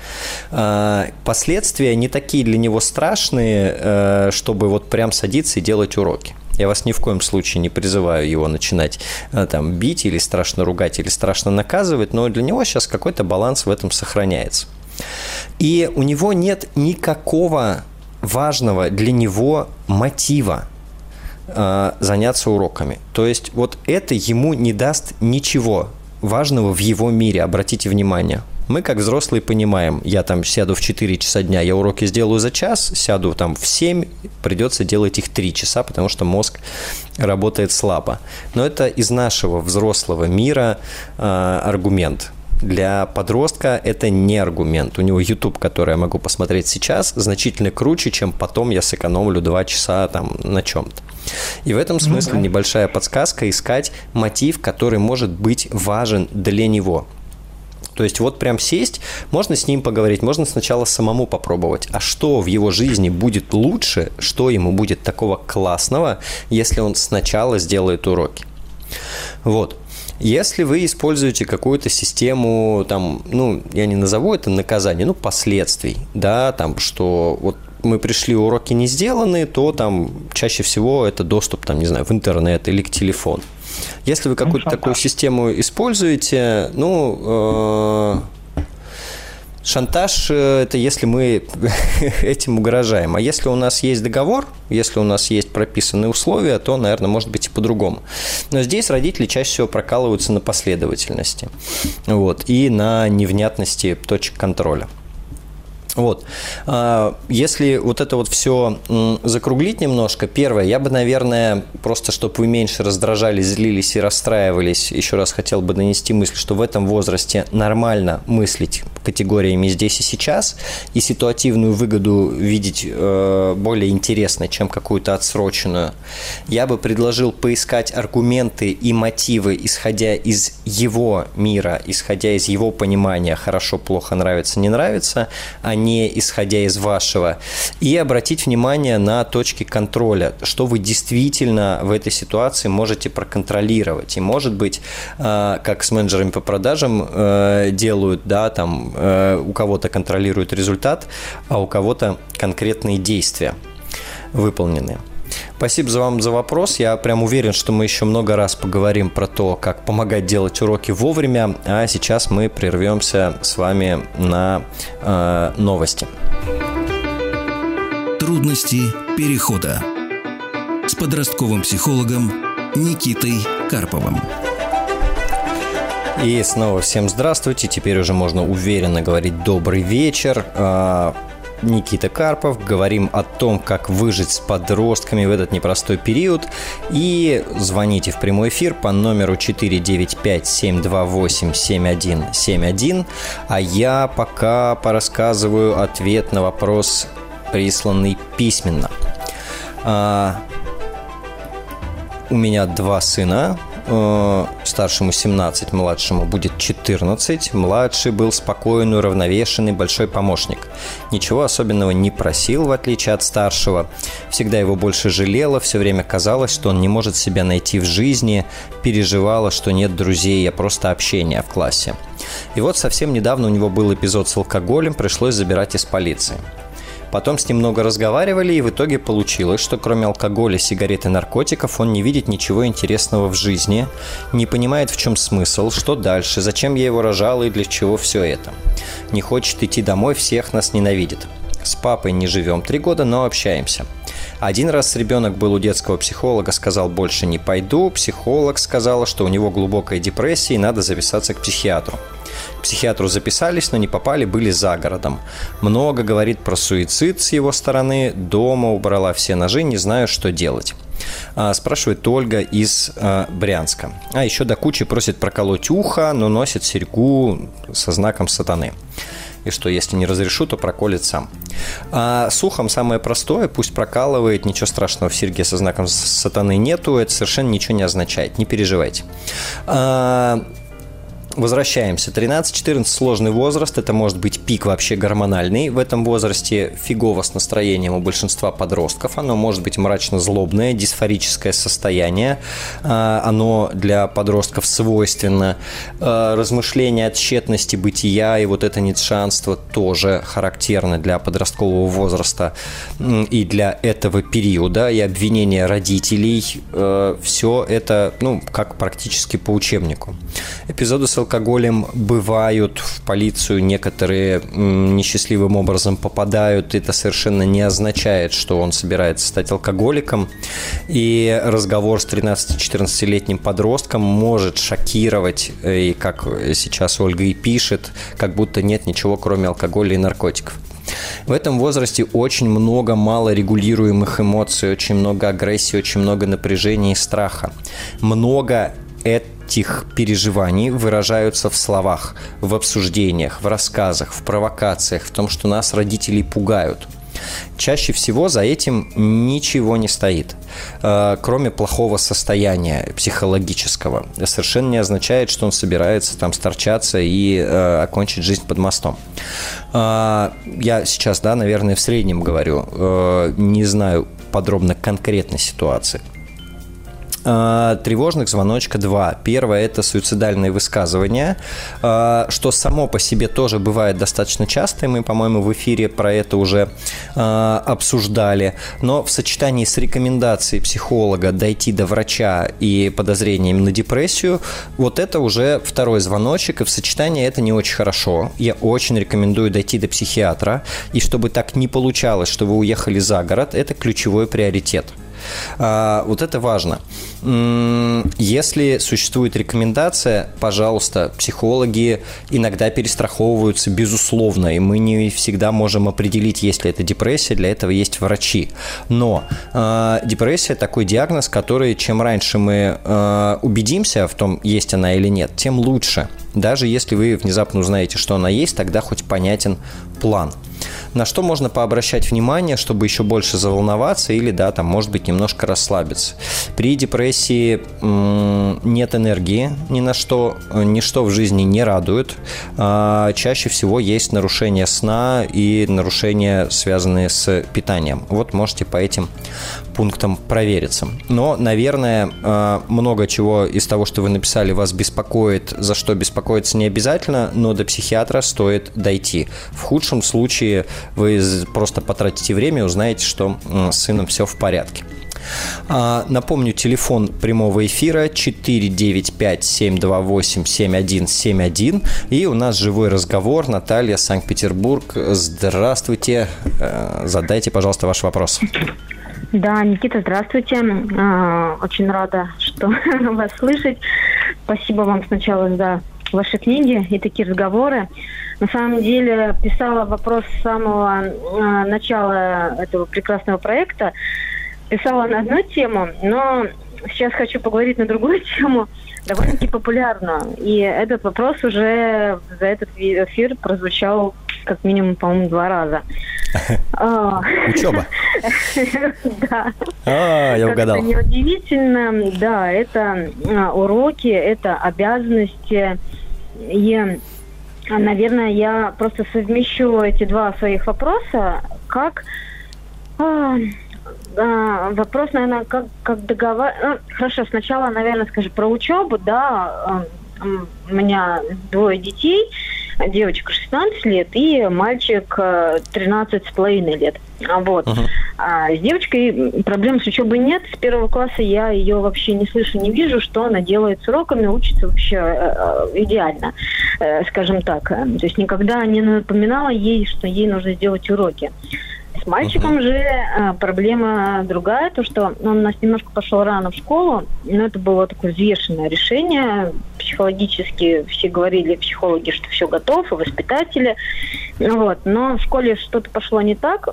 Последствия не такие для него страшные, чтобы вот прям садиться и делать уроки. Я вас ни в коем случае не призываю его начинать там, бить или страшно ругать, или страшно наказывать, но для него сейчас какой-то баланс в этом сохраняется. И у него нет никакого важного для него мотива заняться уроками. То есть вот это ему не даст ничего важного в его мире, обратите внимание. Мы, как взрослые, понимаем, я там сяду в четыре часа дня, я уроки сделаю за час, сяду там в семь, придется делать их три часа, потому что мозг работает слабо. Но это из нашего взрослого мира э, аргумент. Для подростка это не аргумент. У него YouTube, который я могу посмотреть сейчас, значительно круче, чем потом я сэкономлю два часа там на чем-то. И в этом смысле ну, да. небольшая подсказка – искать мотив, который может быть важен для него. То есть вот прям сесть, можно с ним поговорить, можно сначала самому попробовать, а что в его жизни будет лучше, что ему будет такого классного, если он сначала сделает уроки. Вот. Если вы используете какую-то систему, там, ну, я не назову это наказание, ну, последствий, да, там, что вот мы пришли, уроки не сделаны, то там чаще всего это доступ, там, не знаю, в интернет или к телефону. Если вы какую-то ну, такую систему используете, ну, э, шантаж – это если мы этим угрожаем. А если у нас есть договор, если у нас есть прописанные условия, то, наверное, может быть и по-другому. Но здесь родители чаще всего прокалываются на последовательности, вот, и на невнятности точек контроля. Вот. Если вот это вот все закруглить немножко, первое, я бы, наверное, просто чтобы вы меньше раздражались, злились и расстраивались, еще раз хотел бы донести мысль, что в этом возрасте нормально мыслить категориями здесь и сейчас, и ситуативную выгоду видеть более интересной, чем какую-то отсроченную. Я бы предложил поискать аргументы и мотивы, исходя из его мира, исходя из его понимания, хорошо, плохо, нравится, не нравится, а не исходя из вашего, и обратить внимание на точки контроля, что вы действительно в этой ситуации можете проконтролировать. И, может быть, как с менеджерами по продажам делают, да, там у кого-то контролируют результат, а у кого-то конкретные действия выполнены. Спасибо за вам за вопрос. Я прям уверен, что мы еще много раз поговорим про то, как помогать делать уроки вовремя. А сейчас мы прервемся с вами на э, новости. Трудности перехода с подростковым психологом Никитой Карповым. И снова всем здравствуйте. Теперь уже можно уверенно говорить добрый вечер. Никита Карпов. Говорим о том, как выжить с подростками в этот непростой период. И звоните в прямой эфир по номеру четыре девять пять семь два восемь семь один семь один. А я пока порассказываю ответ на вопрос, присланный письменно. А, у меня два сына. Старшему семнадцать, младшему будет четырнадцать. Младший был спокойный, уравновешенный, большой помощник. Ничего особенного не просил, в отличие от старшего. Всегда его больше жалела, все время казалось, что он не может себя найти в жизни, переживала, что нет друзей, а просто общения в классе. И вот совсем недавно у него был эпизод с алкоголем, пришлось забирать из полиции. Потом с ним много разговаривали, и в итоге получилось, что кроме алкоголя, сигарет и наркотиков он не видит ничего интересного в жизни, не понимает, в чем смысл, что дальше, зачем я его рожала и для чего все это. Не хочет идти домой, всех нас ненавидит. С папой не живем три года, но общаемся. Один раз ребенок был у детского психолога, сказал, больше не пойду. Психолог сказала, что у него глубокая депрессия и надо записаться к психиатру. К психиатру записались, но не попали, были за городом. Много говорит про суицид с его стороны. Дома убрала все ножи, не знаю, что делать. А, спрашивает Ольга из а, Брянска. А еще до кучи просит проколоть ухо, но носит серьгу со знаком сатаны. И что, если не разрешу, то проколет сам. А с ухом самое простое, пусть прокалывает, ничего страшного в серьге со знаком сатаны нету, это совершенно ничего не означает, не переживайте. А, Возвращаемся. тринадцать-четырнадцать сложный возраст, это может быть пик вообще гормональный. В этом возрасте фигово с настроением у большинства подростков. Оно может быть мрачно-злобное, дисфорическое состояние. Оно для подростков свойственно. Размышления о тщетности бытия и вот это ницшанство тоже характерно для подросткового возраста и для этого периода. И обвинения родителей. Все это, ну, как практически по учебнику. Эпизоды с алкоголем бывают, в полицию некоторые несчастливым образом попадают. Это совершенно не означает, что он собирается стать алкоголиком. И разговор с тринадцати-четырнадцатилетним подростком может шокировать, и как сейчас Ольга и пишет, как будто нет ничего, кроме алкоголя и наркотиков. В этом возрасте очень много малорегулируемых эмоций, очень много агрессии, очень много напряжения и страха. Много этих переживаний выражаются в словах, в обсуждениях, в рассказах, в провокациях, в том, что нас родители пугают. Чаще всего за этим ничего не стоит, кроме плохого состояния психологического. Совершенно не означает, что он собирается там сторчаться и окончить жизнь под мостом. Я сейчас, да, наверное, в среднем говорю, не знаю подробно конкретной ситуации. Тревожных звоночка два. Первое – это суицидальные высказывания, что само по себе тоже бывает достаточно часто, и мы, по-моему, в эфире про это уже обсуждали, но в сочетании с рекомендацией психолога дойти до врача и подозрениями на депрессию, вот это уже второй звоночек, и в сочетании это не очень хорошо. Я очень рекомендую дойти до психиатра, и чтобы так не получалось, что вы уехали за город, это ключевой приоритет. Вот это важно. Если существует рекомендация, пожалуйста, психологи иногда перестраховываются, безусловно, и мы не всегда можем определить, есть ли это депрессия, для этого есть врачи. Но э, депрессия – такой диагноз, который чем раньше мы э, убедимся в том, есть она или нет, тем лучше. Даже если вы внезапно узнаете, что она есть, тогда хоть понятен план. На что можно пообращать внимание, чтобы еще больше заволноваться или, да, там, может быть, немножко расслабиться. При депрессии м- нет энергии ни на что, ничто в жизни не радует. А, чаще всего есть нарушения сна и нарушения, связанные с питанием. Вот можете по этим пунктам провериться. Но, наверное, много чего из того, что вы написали, вас беспокоит, за что беспокоиться не обязательно, но до психиатра стоит дойти. В худшем случае вы просто потратите время и узнаете, что с сыном все в порядке. Напомню, телефон прямого эфира четыре девять пять семь два восемь семь один семь один. И у нас живой разговор. Наталья, Санкт-Петербург. Здравствуйте. Задайте, пожалуйста, ваш вопрос. Да, Никита, здравствуйте. Очень рада, что вас слышать. Спасибо вам сначала за ваши книги и такие разговоры. На самом деле, писала вопрос с самого начала этого прекрасного проекта. Писала на одну тему, но сейчас хочу поговорить на другую тему, довольно-таки популярную. И этот вопрос уже за этот эфир прозвучал как минимум, по-моему, два раза. Учеба. Да. А, я угадал. Это неудивительно. Да, это уроки, это обязанности. И, наверное, я просто совмещу эти два своих вопроса как... А, вопрос, наверное, как, как договариваться... Ну, хорошо, сначала, наверное, скажу про учебу, да. У меня двое детей, девочка шестнадцать лет и мальчик тринадцать с половиной лет. Вот. Uh-huh. А с девочкой проблем с учебой нет. С первого класса я ее вообще не слышу, не вижу, что она делает с уроками, учится вообще э, идеально, э, скажем так. То есть никогда не напоминала ей, что ей нужно сделать уроки. С мальчиком uh-huh. же а, проблема другая, то, что он у нас немножко пошел рано в школу, но это было такое взвешенное решение. Психологически все говорили, психологи, что все готов, и воспитатели. Вот. Но в школе что-то пошло не так.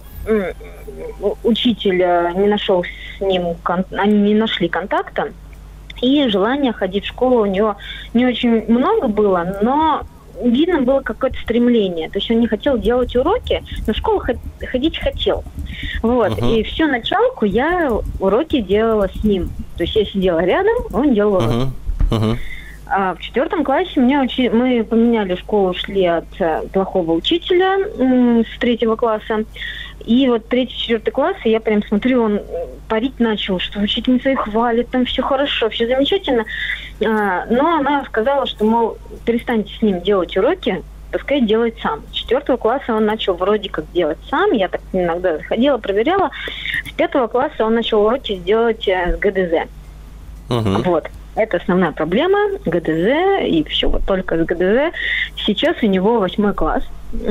Учитель не нашел с ним, они не нашли контакта. И желание ходить в школу у него не очень много было, но... видно было какое-то стремление. То есть он не хотел делать уроки, но в школу ходить хотел. Вот. Uh-huh. И всю началку я уроки делала с ним. То есть я сидела рядом, он делал уроки. Uh-huh. Uh-huh. А в четвертом классе мне учи... мы поменяли школу, ушли от э, плохого учителя э, с третьего класса. И вот третий, четвертый класс, и я прям смотрю, он парить начал, что учительница их хвалит, там все хорошо, все замечательно. А, но она сказала, что, мол, перестаньте с ним делать уроки, пускай делает сам. С четвертого класса он начал вроде как делать сам, я так иногда заходила, проверяла. С пятого класса он начал уроки делать с ГДЗ. Uh-huh. Вот. Это основная проблема, ГДЗ, и все, вот только с ГДЗ. Сейчас у него восьмой класс,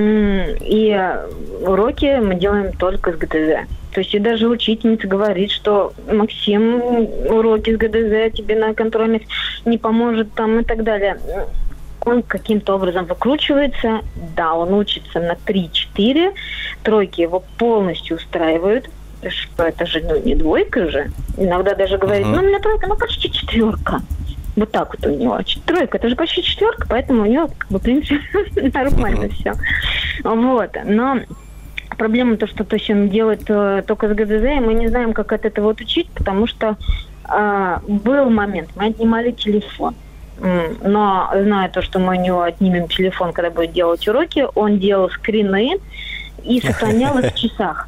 и уроки мы делаем только с ГДЗ. То есть и даже учительница говорит, что Максим, уроки с ГДЗ тебе на контрольных не поможет там и так далее. Он каким-то образом выкручивается, да, он учится на три-четыре, тройки его полностью устраивают, что это же ну, не двойка же. Иногда даже говорит, uh-huh. ну, у меня тройка, ну, почти четверка. Вот так вот у него. Тройка, это же почти четверка, поэтому у него, как бы, в принципе, нормально uh-huh. все. Вот. Но проблема то, что то есть он делает э, только с ГДЗ, и мы не знаем, как от этого отучить, потому что э, был момент, мы отнимали телефон. Но, зная то, что мы у него отнимем телефон, когда будет делать уроки, он делал скрины и сохранял их в часах.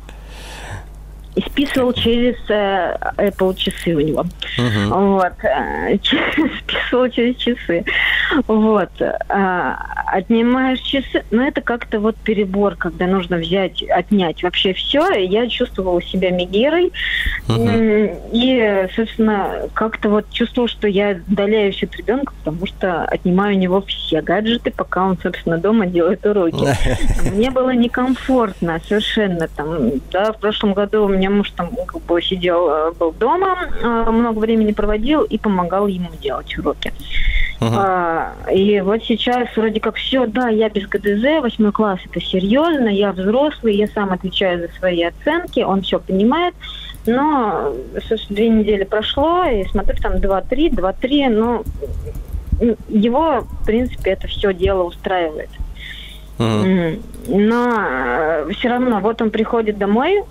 И списывал через э, Apple часы у него. Uh-huh. Вот. Э, списывал через часы. Вот. Э, отнимаешь часы. Но это как-то вот перебор, когда нужно взять, отнять вообще все. Я чувствовала себя Мегерой. Uh-huh. И, собственно, как-то вот чувствовала, что я отдаляюсь от ребенка, потому что отнимаю у него все гаджеты, пока он, собственно, дома делает уроки. Мне было некомфортно совершенно. Там, да, в прошлом году у меня меня муж там как бы сидел, был дома, много времени проводил и помогал ему делать уроки. Uh-huh. А, и вот сейчас вроде как все, да, я без ГДЗ, восьмой класс, это серьезно, я взрослый, я сам отвечаю за свои оценки, он все понимает, но, собственно, две недели прошло, и смотрю, там два-три, два-три, ну, его, в принципе, это все дело устраивает. Uh-huh. Но все равно, вот он приходит домой,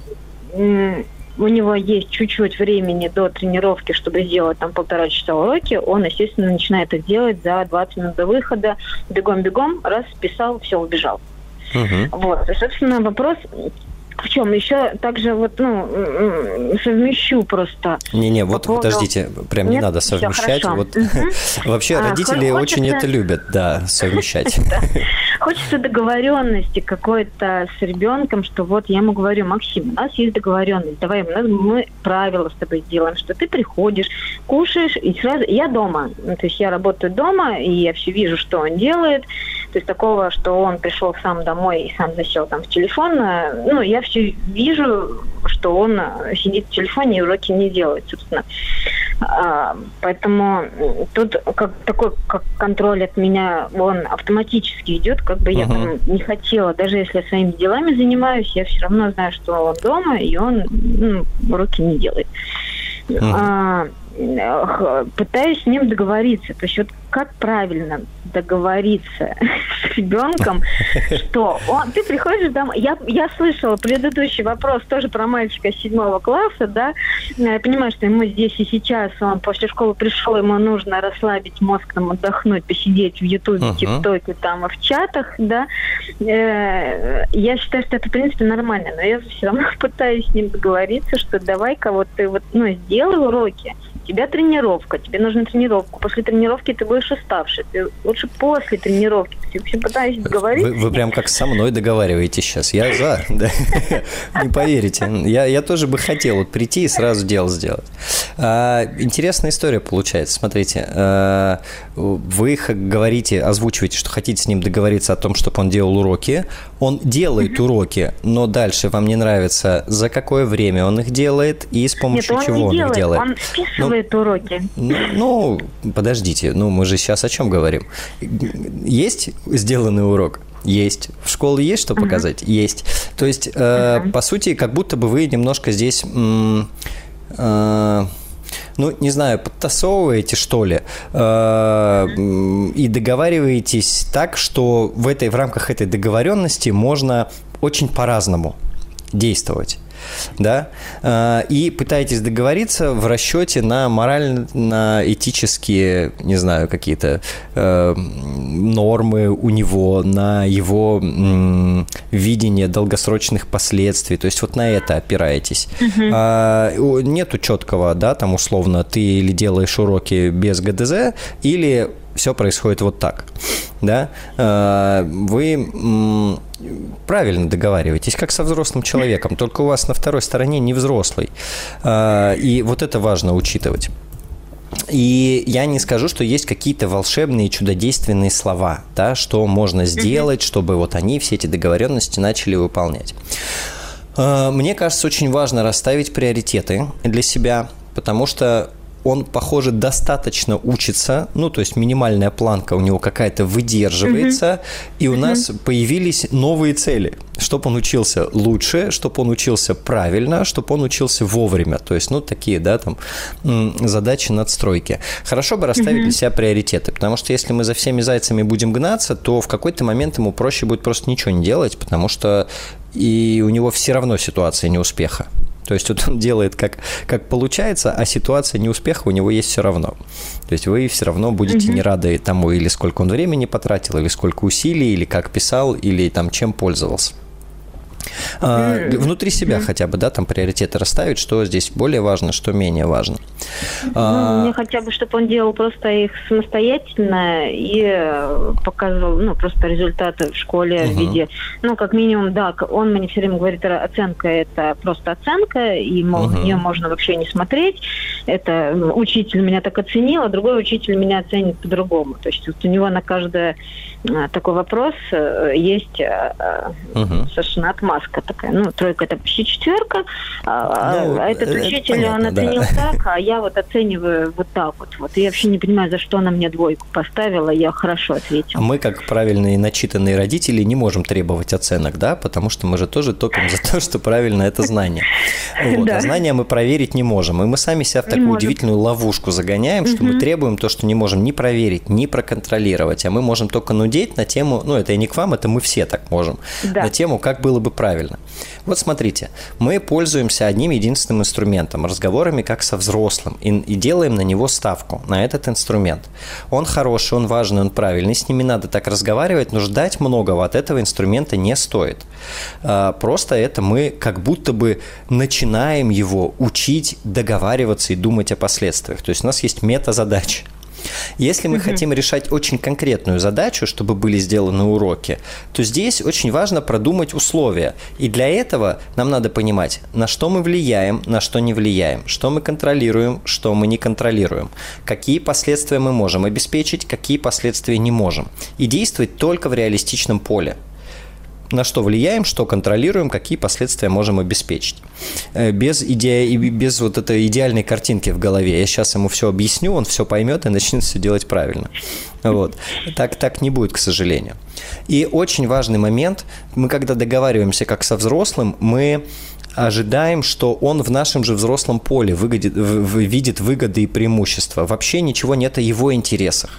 у него есть чуть-чуть времени до тренировки, чтобы сделать там полтора часа уроки, он, естественно, начинает их делать за двадцать минут до выхода, бегом-бегом, раз, списал, все, убежал. Uh-huh. Вот, и, собственно, вопрос... В чем? Еще также вот, ну, совмещу просто. Не-не, вот поводу... подождите, прям не Нет? надо совмещать. Вот. Угу. Вообще а, родители хочется... очень это любят, да, совмещать. Хочется договоренности какой-то с ребенком, что вот я ему говорю: Максим, у нас есть договоренность, давай мы правила с тобой сделаем, что ты приходишь, кушаешь, и сразу я дома. То есть я работаю дома, и я все вижу, что он делает. То есть такого, что он пришел сам домой и сам засел там в телефон, ну, я все вижу, что он сидит в телефоне и уроки не делает, собственно. А, поэтому тут как, такой как контроль от меня, он автоматически идет, как бы uh-huh. я там не хотела. Даже если я своими делами занимаюсь, я все равно знаю, что он дома, и он ну, уроки не делает. Uh-huh. А, пытаюсь с ним договориться. То есть вот как правильно договориться с ребенком, что он, ты приходишь домой. Я, я слышала предыдущий вопрос тоже про мальчика седьмого класса, да. Я понимаю, что ему здесь и сейчас, он после школы пришел, ему нужно расслабить мозг, там, отдохнуть, посидеть в Ютубе, uh-huh. ТикТоке, там, в чатах, да. Я считаю, что это, в принципе, нормально, но я все равно пытаюсь с ним договориться, что давай-ка вот ты вот, ну, сделай уроки. У тебя тренировка, тебе нужна тренировка. После тренировки ты будешь уставший. Ты лучше после тренировки. Ты вообще пытаюсь договориться. Вы, вы прям как со мной договариваетесь сейчас. Я за. Не поверите. Я, я тоже бы хотел вот прийти и сразу дело сделать. А, интересная история получается. Смотрите, а, вы говорите, озвучиваете, что хотите с ним договориться о том, чтобы он делал уроки. Он делает mm-hmm. уроки, но дальше вам не нравится, за какое время он их делает и с помощью Нет, чего он, он их делает. Он списывает ну, уроки. Ну, ну, подождите, ну мы же сейчас о чем говорим? Есть сделанный урок? Есть. В школе есть что показать? Uh-huh. Есть. То есть, э, uh-huh. по сути, как будто бы вы немножко здесь... М- э, ну, не знаю, подтасовываете, что ли, э, и договариваетесь так, что в, этой, в рамках этой договоренности можно очень по-разному действовать. Да, и пытаетесь договориться в расчете на морально-этические, не знаю, какие-то э, нормы у него, на его м, видение долгосрочных последствий, то есть вот на это опираетесь. Uh-huh. А, нету четкого, да, там условно ты или делаешь уроки без ГДЗ, или все происходит вот так, да, вы правильно договариваетесь, как со взрослым человеком, только у вас на второй стороне не взрослый, и вот это важно учитывать. И я не скажу, что есть какие-то волшебные чудодейственные слова, да, что можно сделать, чтобы вот они все эти договоренности начали выполнять. Мне кажется, очень важно расставить приоритеты для себя, потому что он, похоже, достаточно учится, ну, то есть минимальная планка у него какая-то выдерживается, uh-huh. и у uh-huh. нас появились новые цели, чтобы он учился лучше, чтобы он учился правильно, чтобы он учился вовремя, то есть, ну, такие, да, там, задачи надстройки. Хорошо бы расставить uh-huh. для себя приоритеты, потому что если мы за всеми зайцами будем гнаться, то в какой-то момент ему проще будет просто ничего не делать, потому что и у него все равно ситуация неуспеха. То есть вот он делает как, как получается, а ситуация неуспеха у него есть все равно. То есть вы все равно будете mm-hmm. не рады тому, или сколько он времени потратил, или сколько усилий, или как писал, или там чем пользовался. А, внутри себя mm-hmm. хотя бы, да, там приоритеты расставить, что здесь более важно, что менее важно. Ну, а... Мне хотя бы, чтобы он делал просто их самостоятельно и показывал, ну, просто результаты в школе uh-huh. в виде, ну, как минимум, да, он мне все время говорит, оценка – это просто оценка, и, мол, uh-huh. нее можно вообще не смотреть. Это ну, учитель меня так оценил, а другой учитель меня оценит по-другому. То есть вот у него на каждый такой вопрос есть uh-huh. совершенно отмазка. маска такая. Ну, тройка – это почти четверка. Ну, а этот учитель, понятно, он оценил да. так, а я вот оцениваю вот так вот. вот. Я вообще не понимаю, за что она мне двойку поставила. Я хорошо ответила. Мы, как правильные начитанные родители, не можем требовать оценок, да, потому что мы же тоже топим за то, что правильно это знание. Вот. Да. А знания мы проверить не можем. И мы сами себя в такую удивительную ловушку загоняем, что угу. мы требуем то, что не можем ни проверить, ни проконтролировать. А мы можем только нудеть на тему, ну, это и не к вам, это мы все так можем, да. на тему, как было бы правильно. Вот смотрите, мы пользуемся одним единственным инструментом, разговорами как со взрослым, и, и делаем на него ставку, на этот инструмент. Он хороший, он важный, он правильный, с ними надо так разговаривать, но ждать многого от этого инструмента не стоит. Просто это мы как будто бы начинаем его учить договариваться и думать о последствиях. То есть у нас есть метазадача. Если мы угу. хотим решать очень конкретную задачу, чтобы были сделаны уроки, то здесь очень важно продумать условия. И для этого нам надо понимать, на что мы влияем, на что не влияем, что мы контролируем, что мы не контролируем, какие последствия мы можем обеспечить, какие последствия не можем. И действовать только в реалистичном поле. На что влияем, что контролируем, какие последствия можем обеспечить. Без, иде... без вот этой идеальной картинки в голове. Я сейчас ему все объясню, он все поймет и начнет все делать правильно. Вот. Так, так не будет, к сожалению. И очень важный момент, мы когда договариваемся как со взрослым, мы ожидаем, что он в нашем же взрослом поле выгодит, видит выгоды и преимущества. Вообще ничего нет о его интересах.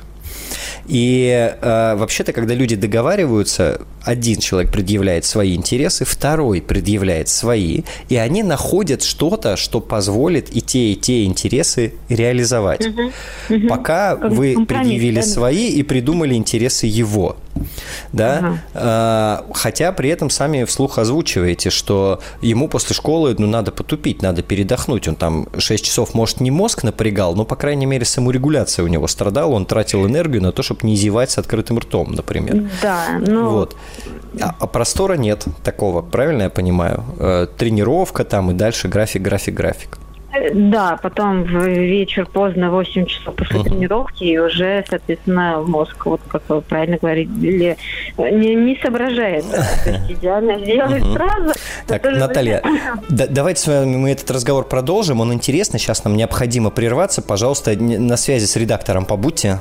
И э, вообще-то, когда люди договариваются, один человек предъявляет свои интересы, второй предъявляет свои, и они находят что-то, что позволит и те, и те интересы реализовать. Угу, угу. Пока как вы предъявили да? свои и придумали интересы его. Да? Ага. Хотя при этом сами вслух озвучиваете, что ему после школы ну, надо потупить, надо передохнуть. Он там шесть часов, может, не мозг напрягал, но, по крайней мере, саморегуляция у него страдала, он тратил энергию на то, чтобы не зевать с открытым ртом, например. Да, ну... Вот. А, а простора нет такого, правильно я понимаю? Тренировка там и дальше график, график, график. Да, потом в вечер поздно, восемь часов после uh-huh. тренировки, и уже, соответственно, мозг, вот как вы правильно говорили, не, не соображает. То есть идеально сделать uh-huh. сразу. Так, Наталья, да, давайте с вами мы этот разговор продолжим, он интересный, сейчас нам необходимо прерваться. Пожалуйста, на связи с редактором побудьте.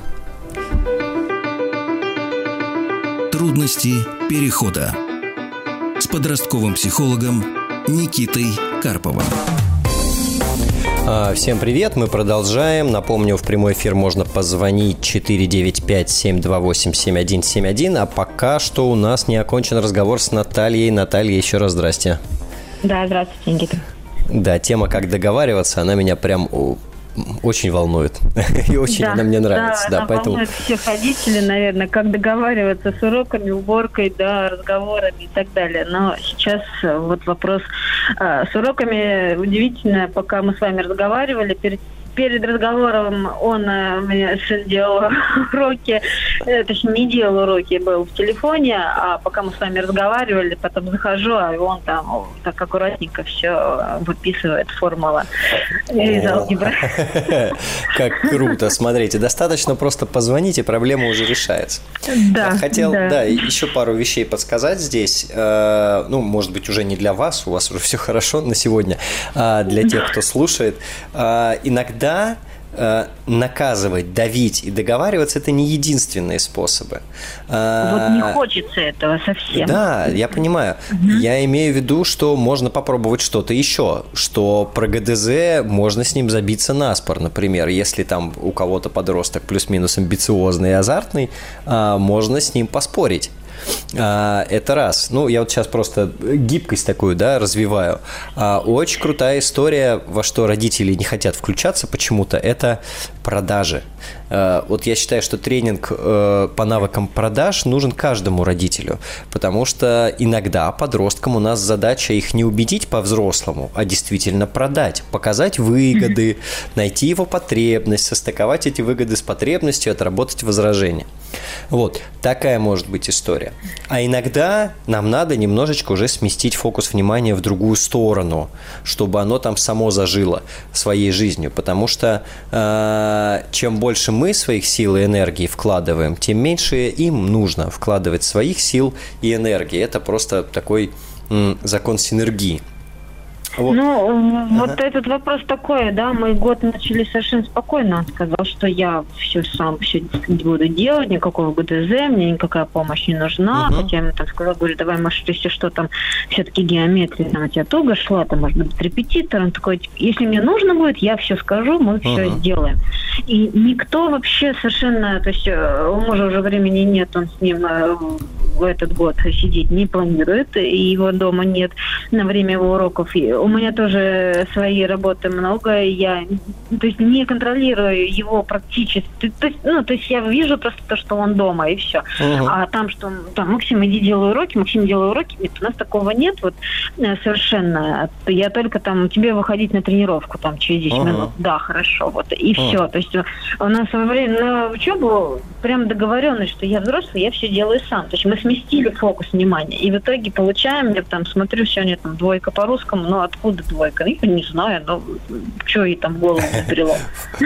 Трудности перехода с подростковым психологом Никитой Карповым. Всем привет, мы продолжаем. Напомню, в прямой эфир можно позвонить четыре девять пять семь два восемь семь один семь один. А пока что у нас не окончен разговор с Натальей. Наталья, еще раз здрасте. Да, здравствуйте, Никита. Да, тема «Как договариваться», она меня прям очень волнует. И очень да, она мне нравится. Да, да, она поэтому... волнует всех родителей, наверное, как договариваться с уроками, уборкой, да, разговорами и так далее. Но сейчас вот вопрос а, с уроками удивительно, пока мы с вами разговаривали, перед Перед разговором он э, мне сын делал уроки, э, точнее не делал уроки, был в телефоне, а пока мы с вами разговаривали, потом захожу, а он там о, так аккуратненько все выписывает, формула из алгебры. Как круто, смотрите, достаточно просто позвонить, и проблема уже решается. Да. Я хотел, да. да, еще пару вещей подсказать здесь, э, ну, может быть, уже не для вас, у вас уже все хорошо на сегодня, а для тех, кто слушает. Э, иногда Да, э, наказывать, давить и договариваться – это не единственные способы. Вот не хочется этого совсем. Да, я понимаю. Угу. Я имею в виду, что можно попробовать что-то еще, что про ГДЗ можно с ним забиться наспор, например, если там у кого-то подросток плюс-минус амбициозный и азартный, э, можно с ним поспорить. Это раз. Ну, я вот сейчас просто гибкость такую, да, развиваю. Очень крутая история, во что родители не хотят включаться почему-то, это продажи. Вот я считаю, что тренинг по навыкам продаж нужен каждому родителю, потому что иногда подросткам у нас задача их не убедить по-взрослому, а действительно продать, показать выгоды, найти его потребность, состыковать эти выгоды с потребностью, отработать возражения. Вот, такая может быть история. А иногда нам надо немножечко уже сместить фокус внимания в другую сторону, чтобы оно там само зажило своей жизнью, потому что э, чем больше мы своих сил и энергии вкладываем, тем меньше им нужно вкладывать своих сил и энергии. Это просто такой м, закон синергии. Вот. Ну, Ага. вот этот вопрос такой, да, мы год начали совершенно спокойно. Он сказал, что я все сам все буду делать, никакого ГДЗ, мне никакая помощь не нужна. Угу. Хотя я ему там сказала, говорю, давай, может, если что, там все-таки геометрия там у тебя туго шла, там, может быть, репетитор. Он такой, если мне нужно будет, я все скажу, мы все Угу. сделаем. И никто вообще совершенно, то есть у мужа уже времени нет, он с ним э, в этот год сидеть не планирует, и его дома нет на время его уроков. И у меня тоже своей работы много, и я, то есть, не контролирую его практически. То есть, ну, то есть я вижу просто то, что он дома, и все. Угу. А там, что там, Максим, иди делай уроки, Максим, делай уроки. Нет, у нас такого нет вот совершенно. Я только там, тебе выходить на тренировку там через десять Ага. минут. Да, хорошо, вот, и Ага. все. То есть у нас во время на учебу прям договоренность, что я взрослый, я все делаю сам. То есть мы сместили фокус внимания. И в итоге получаем, я там смотрю, сегодня там двойка по русскому, но откуда двойка? Я не знаю, но что ей там в голову взбрело.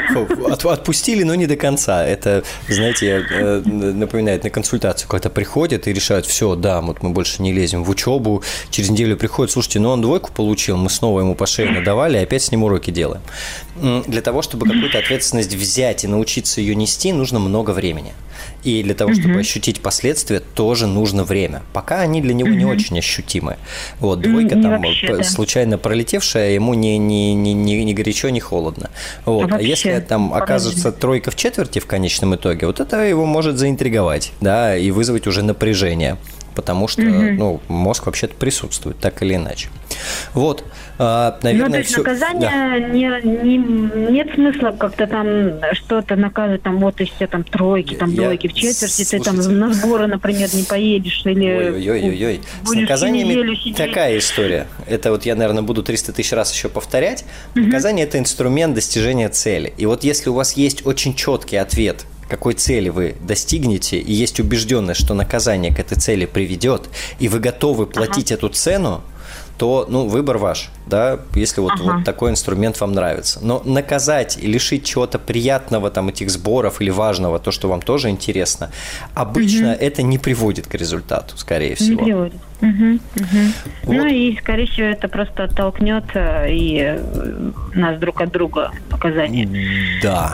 От- Отпустили, но не до конца. Это, знаете, э, напоминает на консультацию, когда приходят и решают, все, да, вот мы больше не лезем в учебу. Через неделю приходят, слушайте, ну он двойку получил, мы снова ему по шее надавали, и опять с ним уроки делаем. М, Для того, чтобы какую-то ответственность взять и научиться ее нести, нужно много времени. И для того, чтобы ощутить последствия, тоже нужно время. Пока они для него не очень ощутимы. Вот, двойка Не там вообще, п- да. случайно пролетевшая, ему не, не, не, не, не горячо, не холодно. Вот. А Вообще, если там окажется тройка в четверти в конечном итоге, вот это его может заинтриговать, да, и вызвать уже напряжение. Потому что ну, мозг вообще-то присутствует, так или иначе. Вот, а, наверное, Ну, то есть всё- наказание, да. не, не- нет смысла как-то там что-то наказывать, там вот из тебя там тройки, там Я- двойки в четверти, ты там слушайте. на сборы, например, не поедешь или Ой-ой-ой-ой. С будешь всю наказаниями неделю сидеть. такая история. Это вот я, наверное, буду триста тысяч раз еще повторять. Наказание – это инструмент достижения цели. И вот если у вас есть очень четкий ответ, какой цели вы достигнете, и есть убежденность, что наказание к этой цели приведет, и вы готовы платить эту цену, то, ну, выбор ваш, да, если вот, Ага. вот такой инструмент вам нравится. Но наказать и лишить чего-то приятного, там, этих сборов или важного, то, что вам тоже интересно, обычно это не приводит к результату, скорее не всего. приводит. Мгм, мгм. Вот. Ну и, скорее всего, это просто оттолкнет э, и э, нас друг от друга наказание. Да,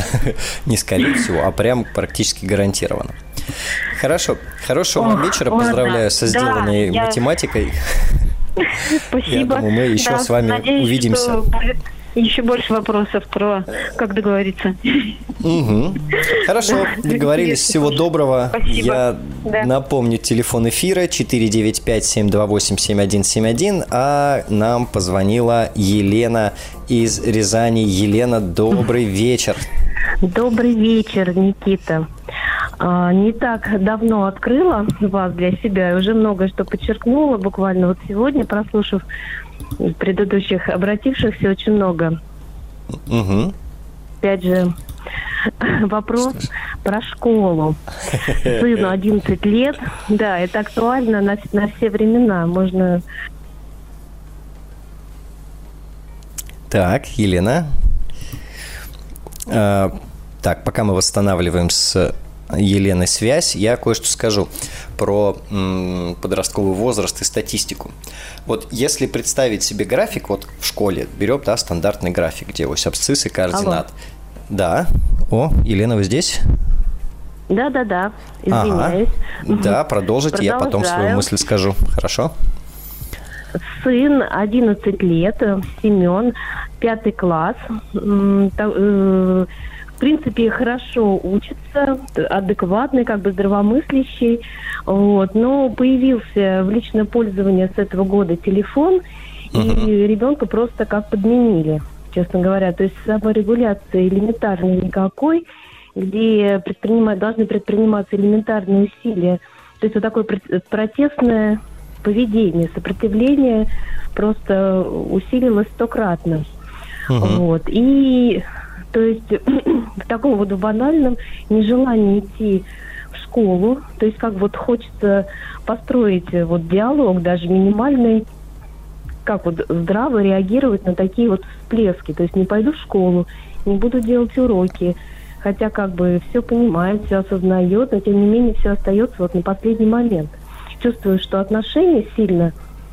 не скорее всего, а прям практически гарантированно. Хорошо, хорошего вам Ох, вечера, ладно. поздравляю со Да, сделанной я- математикой. Спасибо. думаю, мы еще Да, с вами надеюсь, увидимся. что будет еще больше вопросов про как договориться. Угу. Хорошо, Да. договорились. Всего доброго. Спасибо. Я Да. напомню, телефон эфира четыре девять пять семь два восемь семь один семь один, а нам позвонила Елена из Рязани. Елена, добрый вечер. Добрый вечер, Никита. А, Не так давно открыла вас для себя и уже многое что подчеркнула. Буквально вот сегодня, прослушав предыдущих обратившихся, очень много. Угу. Опять же, вопрос про школу. Сыну одиннадцать лет. Да, это актуально на, на все времена. Можно... Так, Елена. А, так, пока мы восстанавливаем с Еленой связь, я кое-что скажу про м, подростковый возраст и статистику. Вот если представить себе график, вот в школе берем, да, стандартный график, где ось абсцисс и координат. Алло. Да. О, Елена, вы здесь? Да-да-да, извиняюсь. Ага. Да, продолжите, я потом свою Продолжаю. мысль скажу. Хорошо? Сын одиннадцать лет, Семен, пятый класс. М, та- э, В принципе, хорошо учится, адекватный, как бы здравомыслящий. Вот. Но появился в личное пользование с этого года телефон, и ребенка просто как подменили, честно говоря. То есть саморегуляции элементарной никакой, где предпринима- должны предприниматься элементарные усилия. То есть вот такое пр- протестное поведение, сопротивление просто усилилось стократно. Угу. Вот. И то есть в таком вот банальном нежелании идти в школу, то есть как вот хочется построить вот диалог, даже минимальный, как вот здраво реагировать на такие вот всплески. То есть не пойду в школу, не буду делать уроки, хотя как бы все понимает, все осознает, но тем не менее все остается вот на последний момент. Чувствую, что отношения сильно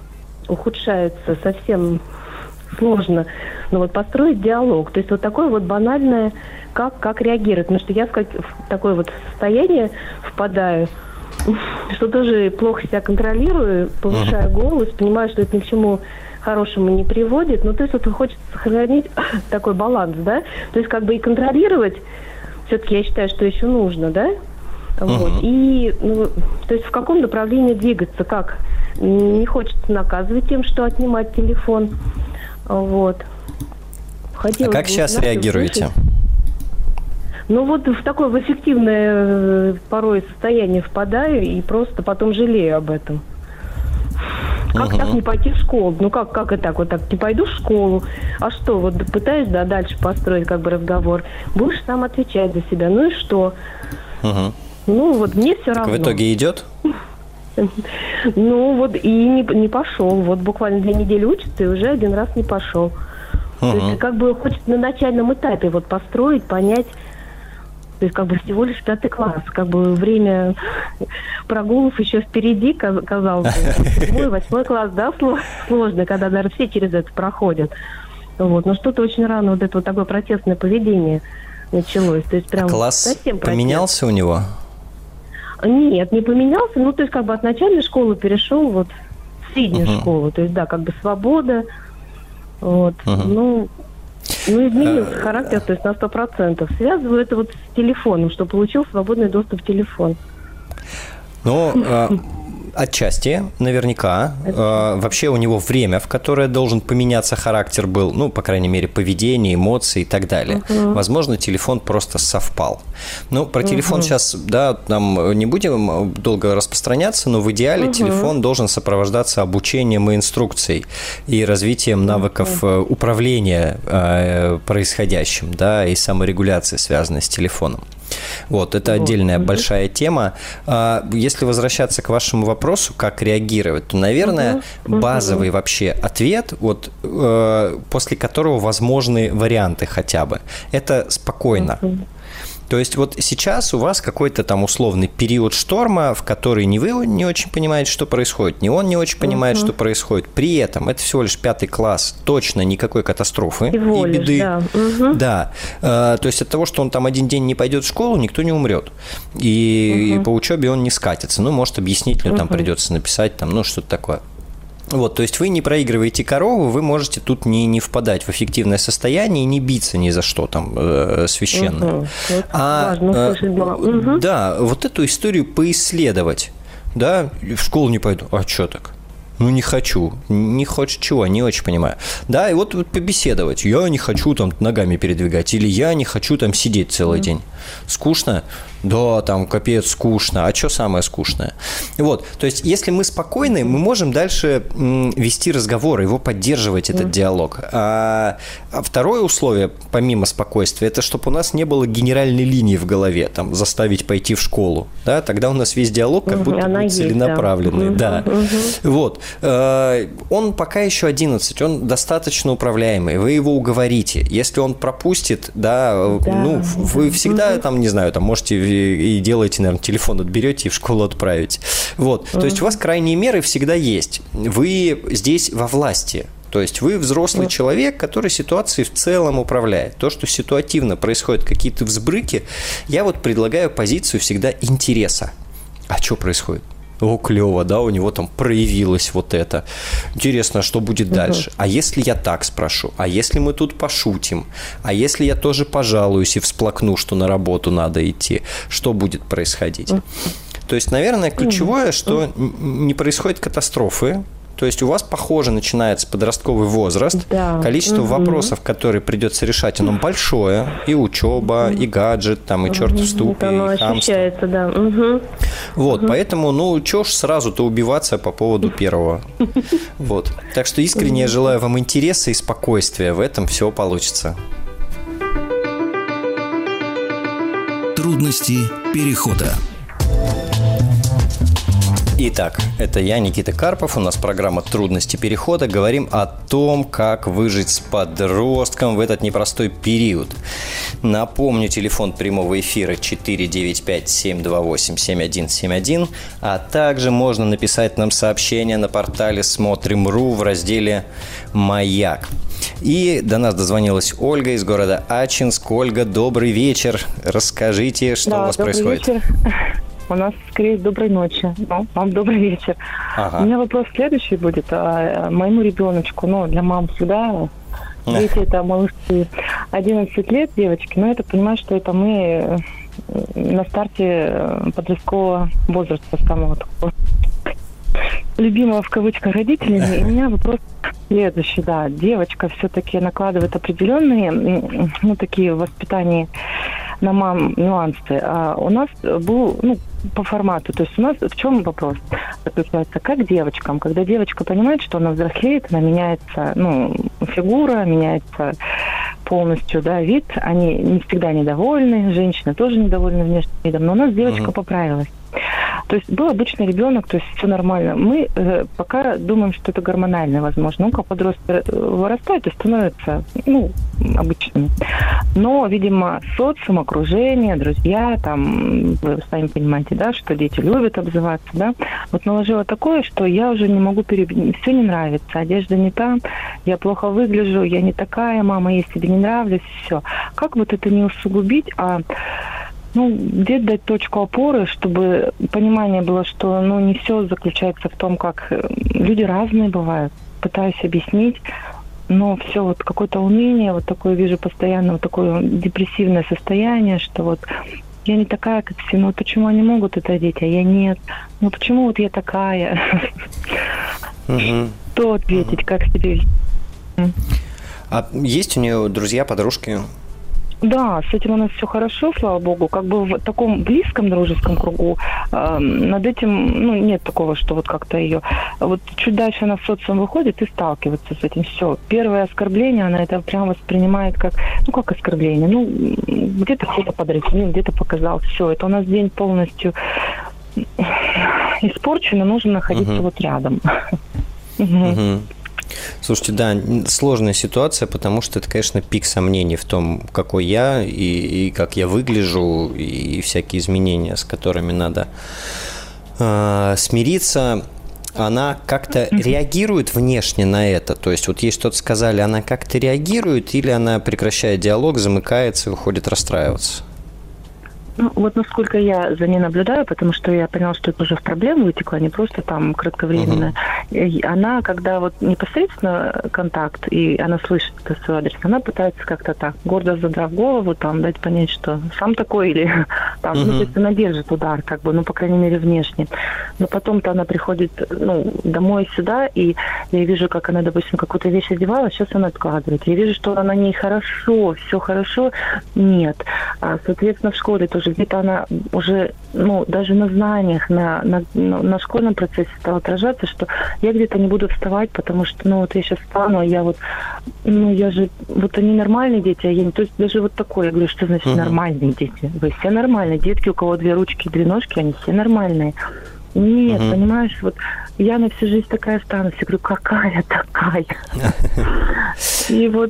ухудшаются, совсем сложно. Но вот построить диалог, то есть вот такое вот банальное, как, как реагировать. Потому что я в, как, в такое вот состояние впадаю, что тоже плохо себя контролирую, повышаю голос, понимаю, что это ни к чему хорошему не приводит. Ну, то есть вот хочется сохранить такой баланс, да? То есть как бы и контролировать все-таки я считаю, что еще нужно, да? Uh-huh. Вот. И, ну, то есть в каком направлении двигаться, как? Не хочется наказывать тем, что отнимать телефон. Вот. Хотелось а как сейчас реагируете? Услышать. Ну вот в такое в эффективное порой состояние впадаю и просто потом жалею об этом. Как uh-huh. так не пойти в школу? Ну как, как и так? Вот так, не пойду в школу. А что? Вот пытаюсь, да, дальше построить как бы разговор. Будешь сам отвечать за себя. Ну и что? Uh-huh. Ну вот мне все равно. В итоге идет? Ну вот и не, не пошел. Вот буквально две недели учится и уже один раз не пошел. Uh-huh. То есть как бы хочется на начальном этапе вот построить, понять. То есть как бы всего лишь пятый класс. Как бы время прогулов еще впереди, казалось бы. Седьмой, восьмой класс, да, сложно, когда, наверное, все через это проходят. Вот. Но что-то очень рано вот это вот такое протестное поведение началось. То есть прям а класс совсем поменялся у него? Нет, не поменялся. Ну, то есть как бы от начальной школы перешел вот в среднюю uh-huh. школу. То есть, да, как бы свобода. Вот. Uh-huh. Ну... Ну, изменился uh, характер, то есть на сто процентов. Связываю это вот с телефоном, что получил свободный доступ в телефон. Ну, э, отчасти, наверняка. Э, вообще у него время, в которое должен поменяться характер был, ну, по крайней мере, поведение, эмоции и так далее. Uh-huh. Возможно, телефон просто совпал. Ну, про uh-huh. телефон сейчас, да, нам не будем долго распространяться, но в идеале uh-huh. телефон должен сопровождаться обучением и инструкцией и развитием навыков uh-huh. управления э, происходящим, да, и саморегуляции, связанной с телефоном. Вот, это отдельная uh-huh. большая тема. Если возвращаться к вашему вопросу, как реагировать, то, наверное, uh-huh. базовый вообще ответ, вот, после которого возможны варианты хотя бы, это спокойно. Uh-huh. То есть вот сейчас у вас какой-то там условный период шторма, в который ни вы не очень понимаете, что происходит, ни он не очень понимает, uh-huh. что происходит. При этом это всего лишь пятый класс, точно никакой катастрофы всего и беды. Лишь, да. Uh-huh. Да. А, то есть от того, что он там один день не пойдет в школу, никто не умрет. И, uh-huh. и по учебе он не скатится. Ну, может, объяснительную uh-huh. там придется написать, там, ну, что-то такое. Вот, то есть вы не проигрываете корову, вы можете тут не, не впадать в эффективное состояние и не биться ни за что там э, священное. Угу. А, важно услышать было. Угу. Да, вот эту историю поисследовать. Да, в школу не пойду. А что так? Ну, не хочу. Не хочешь чего, не очень понимаю. Да, и вот, вот побеседовать. Я не хочу там ногами передвигать. Или я не хочу там сидеть целый mm. день. Скучно? Да, там капец скучно. А что самое скучное? Вот, то есть, если мы спокойны, мы можем дальше м, вести разговор, его поддерживать, этот mm. диалог. А, а второе условие, помимо спокойствия, это чтобы у нас не было генеральной линии в голове, там, заставить пойти в школу. Да, тогда у нас весь диалог как будто mm-hmm. будет целенаправленный. Есть, да. Да. Mm-hmm. Вот. Он пока еще одиннадцать, он достаточно управляемый, вы его уговорите. Если он пропустит, да, да ну, да. вы всегда угу. там, не знаю, там можете и делаете, наверное, телефон отберете и в школу отправите. Вот, угу. то есть у вас крайние меры всегда есть. Вы здесь во власти. То есть вы взрослый человек, который ситуацией в целом управляет. То, что ситуативно происходят какие-то взбрыки, я вот предлагаю позицию всегда интереса. А что происходит? О, клево, да, у него там проявилось вот это. Интересно, что будет uh-huh. дальше? А если я так спрошу? А если мы тут пошутим? А если я тоже пожалуюсь и всплакну, что на работу надо идти? Что будет происходить? Uh-huh. То есть, наверное, ключевое, uh-huh. что не происходит катастрофы. То есть у вас, похоже, начинается подростковый возраст. Да. Количество угу. вопросов, которые придется решать, оно большое. И учеба, угу. и гаджет, там, и черт в ступе, оно и хамство. Ощущается, да. Угу. Вот, угу. поэтому, ну, чё ж сразу-то убиваться по поводу первого. Вот. Так что искренне желаю вам интереса и спокойствия. В этом все получится. Трудности перехода. Итак, это я, Никита Карпов. У нас программа «Трудности перехода». Говорим о том, как выжить с подростком в этот непростой период. Напомню, телефон прямого эфира четыре девять пять семь два восемь семь один семь один. А также можно написать нам сообщение на портале смотрим.ру в разделе «Маяк». И до нас дозвонилась Ольга из города Ачинск. Ольга, добрый вечер. Расскажите, что да, у вас добрый происходит. Вечер. У нас скорее доброй ночи. Ну, вам добрый вечер. Ага. У меня вопрос следующий будет. А, моему ребеночку, ну, для мам всегда, дети это малыши одиннадцать лет, девочки, но я так понимаю, что это мы на старте подросткового возраста, самого такого любимого в кавычках родителями. И у меня вопрос следующий, да. Девочка все-таки накладывает определенные, ну, такие воспитания на мам нюансы. А у нас был, ну, по формату. То есть у нас в чем вопрос заключается? Как девочкам? Когда девочка понимает, что она взрослеет, она меняется, ну, фигура, меняется полностью, да, вид. Они не всегда недовольны, женщины тоже недовольны внешним видом. Но у нас девочка uh-huh. поправилась. То есть был обычный ребенок, то есть все нормально. Мы э, пока думаем, что это гормонально, возможно. Ну, как подростки вырастают и становятся, ну, обычными. Но, видимо, социум, окружение, друзья, там, вы сами понимаете, да, что дети любят обзываться, да. Вот наложило такое, что я уже не могу перебить. Все не нравится, одежда не та, я плохо выгляжу, я не такая, мама, я себе не нравлюсь, все. Как вот это не усугубить, а ну, где-то дать точку опоры, чтобы понимание было, что, ну, не все заключается в том, как люди разные бывают. Пытаюсь объяснить, но все вот какое-то уныние, вот такое вижу постоянно, вот такое депрессивное состояние, что вот я не такая, как все. Ну, почему они могут это одеть, а я нет? Ну, почему вот я такая? Что ответить, как себе вести? А есть у нее друзья, подружки? Да, с этим у нас все хорошо, слава богу. Как бы в таком близком дружеском кругу э, над этим, ну, нет такого, что вот как-то ее... Вот чуть дальше она в социум выходит и сталкивается с этим. Все. Первое оскорбление, она это прям воспринимает как... Ну, как оскорбление. Ну, где-то кто-то подразнил, где-то показал. Все, это у нас день полностью испорчен, и нужно находиться uh-huh. вот рядом. Uh-huh. Слушайте, да, сложная ситуация, потому что это, конечно, пик сомнений в том, какой я и, и как я выгляжу, и всякие изменения, с которыми надо э, смириться. Она как-то реагирует внешне на это? То есть вот ей что-то сказали, она как-то реагирует, или она прекращает диалог, замыкается и уходит расстраиваться? Ну, вот насколько я за ней наблюдаю, потому что я поняла, что это уже в проблему вытекло, не просто там кратковременно. Uh-huh. Она, когда вот непосредственно контакт, и она слышит это свой адрес, она пытается как-то так, гордо задрав голову, там, дать понять, что сам такой, или там, uh-huh. ну, то есть она держит удар, как бы, ну, по крайней мере, внешне. Но потом-то она приходит, ну, домой сюда, и я вижу, как она, допустим, какую-то вещь одевала, сейчас она откладывает. Я вижу, что на ней хорошо, все хорошо. Нет. А, соответственно, в школе тоже где-то она уже, ну, даже на знаниях, на, на, на школьном процессе стала отражаться, что я где-то не буду вставать, потому что, ну, вот я сейчас встану, а я вот, ну, я же, вот они нормальные дети, а я не, то есть даже вот такое, я говорю, что значит uh-huh. нормальные дети? Вы все нормальные, детки, у кого две ручки, две ножки, они все нормальные. Нет, uh-huh. понимаешь, вот я на всю жизнь такая останусь, я говорю, какая такая? И вот...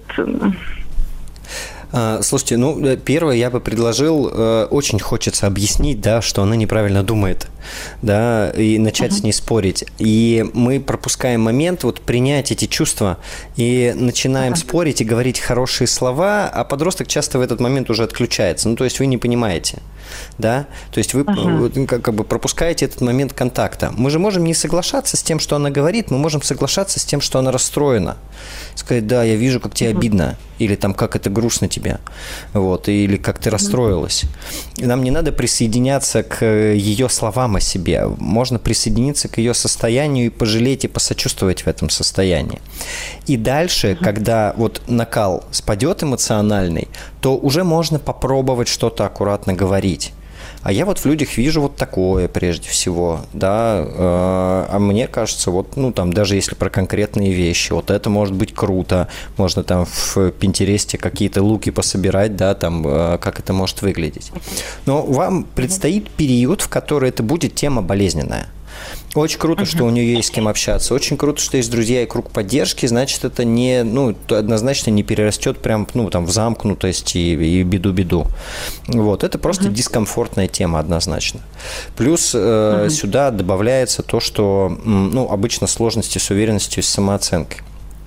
Слушайте, ну, первое, я бы предложил, э, очень хочется объяснить, да, что она неправильно думает, да, и начать uh-huh. с ней спорить. И мы пропускаем момент вот принять эти чувства и начинаем uh-huh. спорить и говорить хорошие слова, а подросток часто в этот момент уже отключается. Ну, то есть вы не понимаете, да, то есть вы uh-huh. как, как бы пропускаете этот момент контакта. Мы же можем не соглашаться с тем, что она говорит, мы можем соглашаться с тем, что она расстроена. Сказать, да, я вижу, как тебе uh-huh. обидно, или там, как это грустно тебе, вот, или как ты расстроилась. И нам не надо присоединяться к ее словам о себе. Можно присоединиться к ее состоянию и пожалеть, и посочувствовать в этом состоянии. И дальше, uh-huh. когда вот накал спадет эмоциональный, то уже можно попробовать что-то аккуратно говорить. А я вот в людях вижу вот такое прежде всего, да, э, а мне кажется, вот, ну, там, даже если про конкретные вещи, вот это может быть круто, можно там в Пинтересте какие-то луки пособирать, да, там, э, как это может выглядеть. Но вам предстоит период, в который это будет тема болезненная. Очень круто, uh-huh. что у нее есть с кем общаться. Очень круто, что есть друзья и круг поддержки. Значит, это не, ну, однозначно не перерастет прям, ну, там, в замкнутость и, и беду-беду. Вот. Это просто uh-huh. дискомфортная тема однозначно. Плюс э, uh-huh. сюда добавляется то, что, ну, обычно сложности с уверенностью и с самооценкой.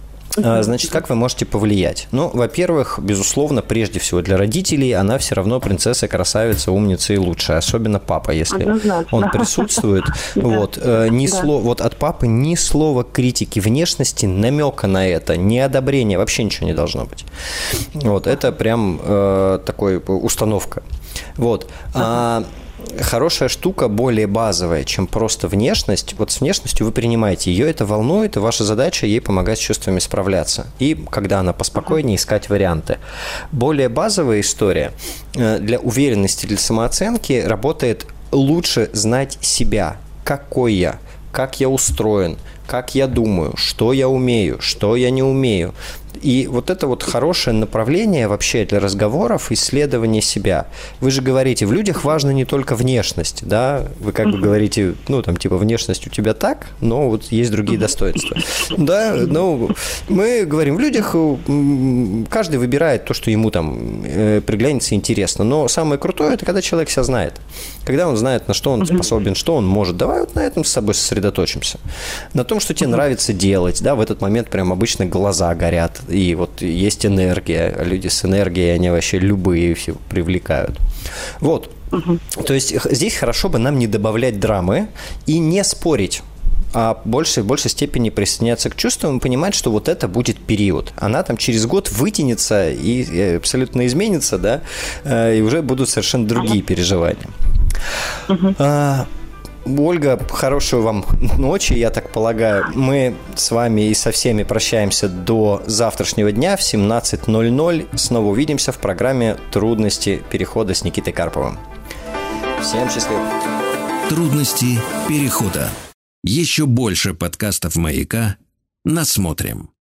Значит, как вы можете повлиять? Ну, во-первых, безусловно, прежде всего для родителей она все равно принцесса, красавица, умница и лучшая. Особенно папа, если Однозначно. Он присутствует. Вот, ни слова, вот от папы ни слова критики внешности, намека на это, ни одобрения, вообще ничего не должно быть. Вот, это прям э, такой установка. Вот. А хорошая штука, более базовая, чем просто внешность. Вот с внешностью вы принимаете ее, это волнует, и ваша задача ей помогать с чувствами справляться. И когда она поспокойнее, искать варианты. Более базовая история для уверенности, для самооценки работает лучше знать себя. Какой я, как я устроен, как я думаю, что я умею, что я не умею. И вот это вот хорошее направление вообще для разговоров, исследования себя. Вы же говорите, в людях важна не только внешность, да? Вы как бы говорите, ну, там, типа, внешность у тебя так, но вот есть другие достоинства. Да, ну, мы говорим, в людях каждый выбирает то, что ему там приглянется интересно. Но самое крутое – это когда человек себя знает. Когда он знает, на что он способен, что он может. Давай вот на этом с собой сосредоточимся. На том, что тебе нравится делать, да, в этот момент прям обычно глаза горят. И вот есть энергия, люди с энергией, они вообще любые все привлекают. Вот. Угу. То есть здесь хорошо бы нам не добавлять драмы и не спорить, а больше, в большей степени присоединяться к чувствам и понимать, что вот это будет период. Она там через год вытянется и абсолютно изменится, да, и уже будут совершенно другие ага. переживания. Угу. А, Ольга, хорошей вам ночи, я так полагаю. Мы с вами и со всеми прощаемся до завтрашнего дня в семнадцать ноль ноль. Снова увидимся в программе «Трудности перехода» с Никитой Карповым. Всем счастливо. Трудности перехода. Еще больше подкастов «Маяка» насмотрим.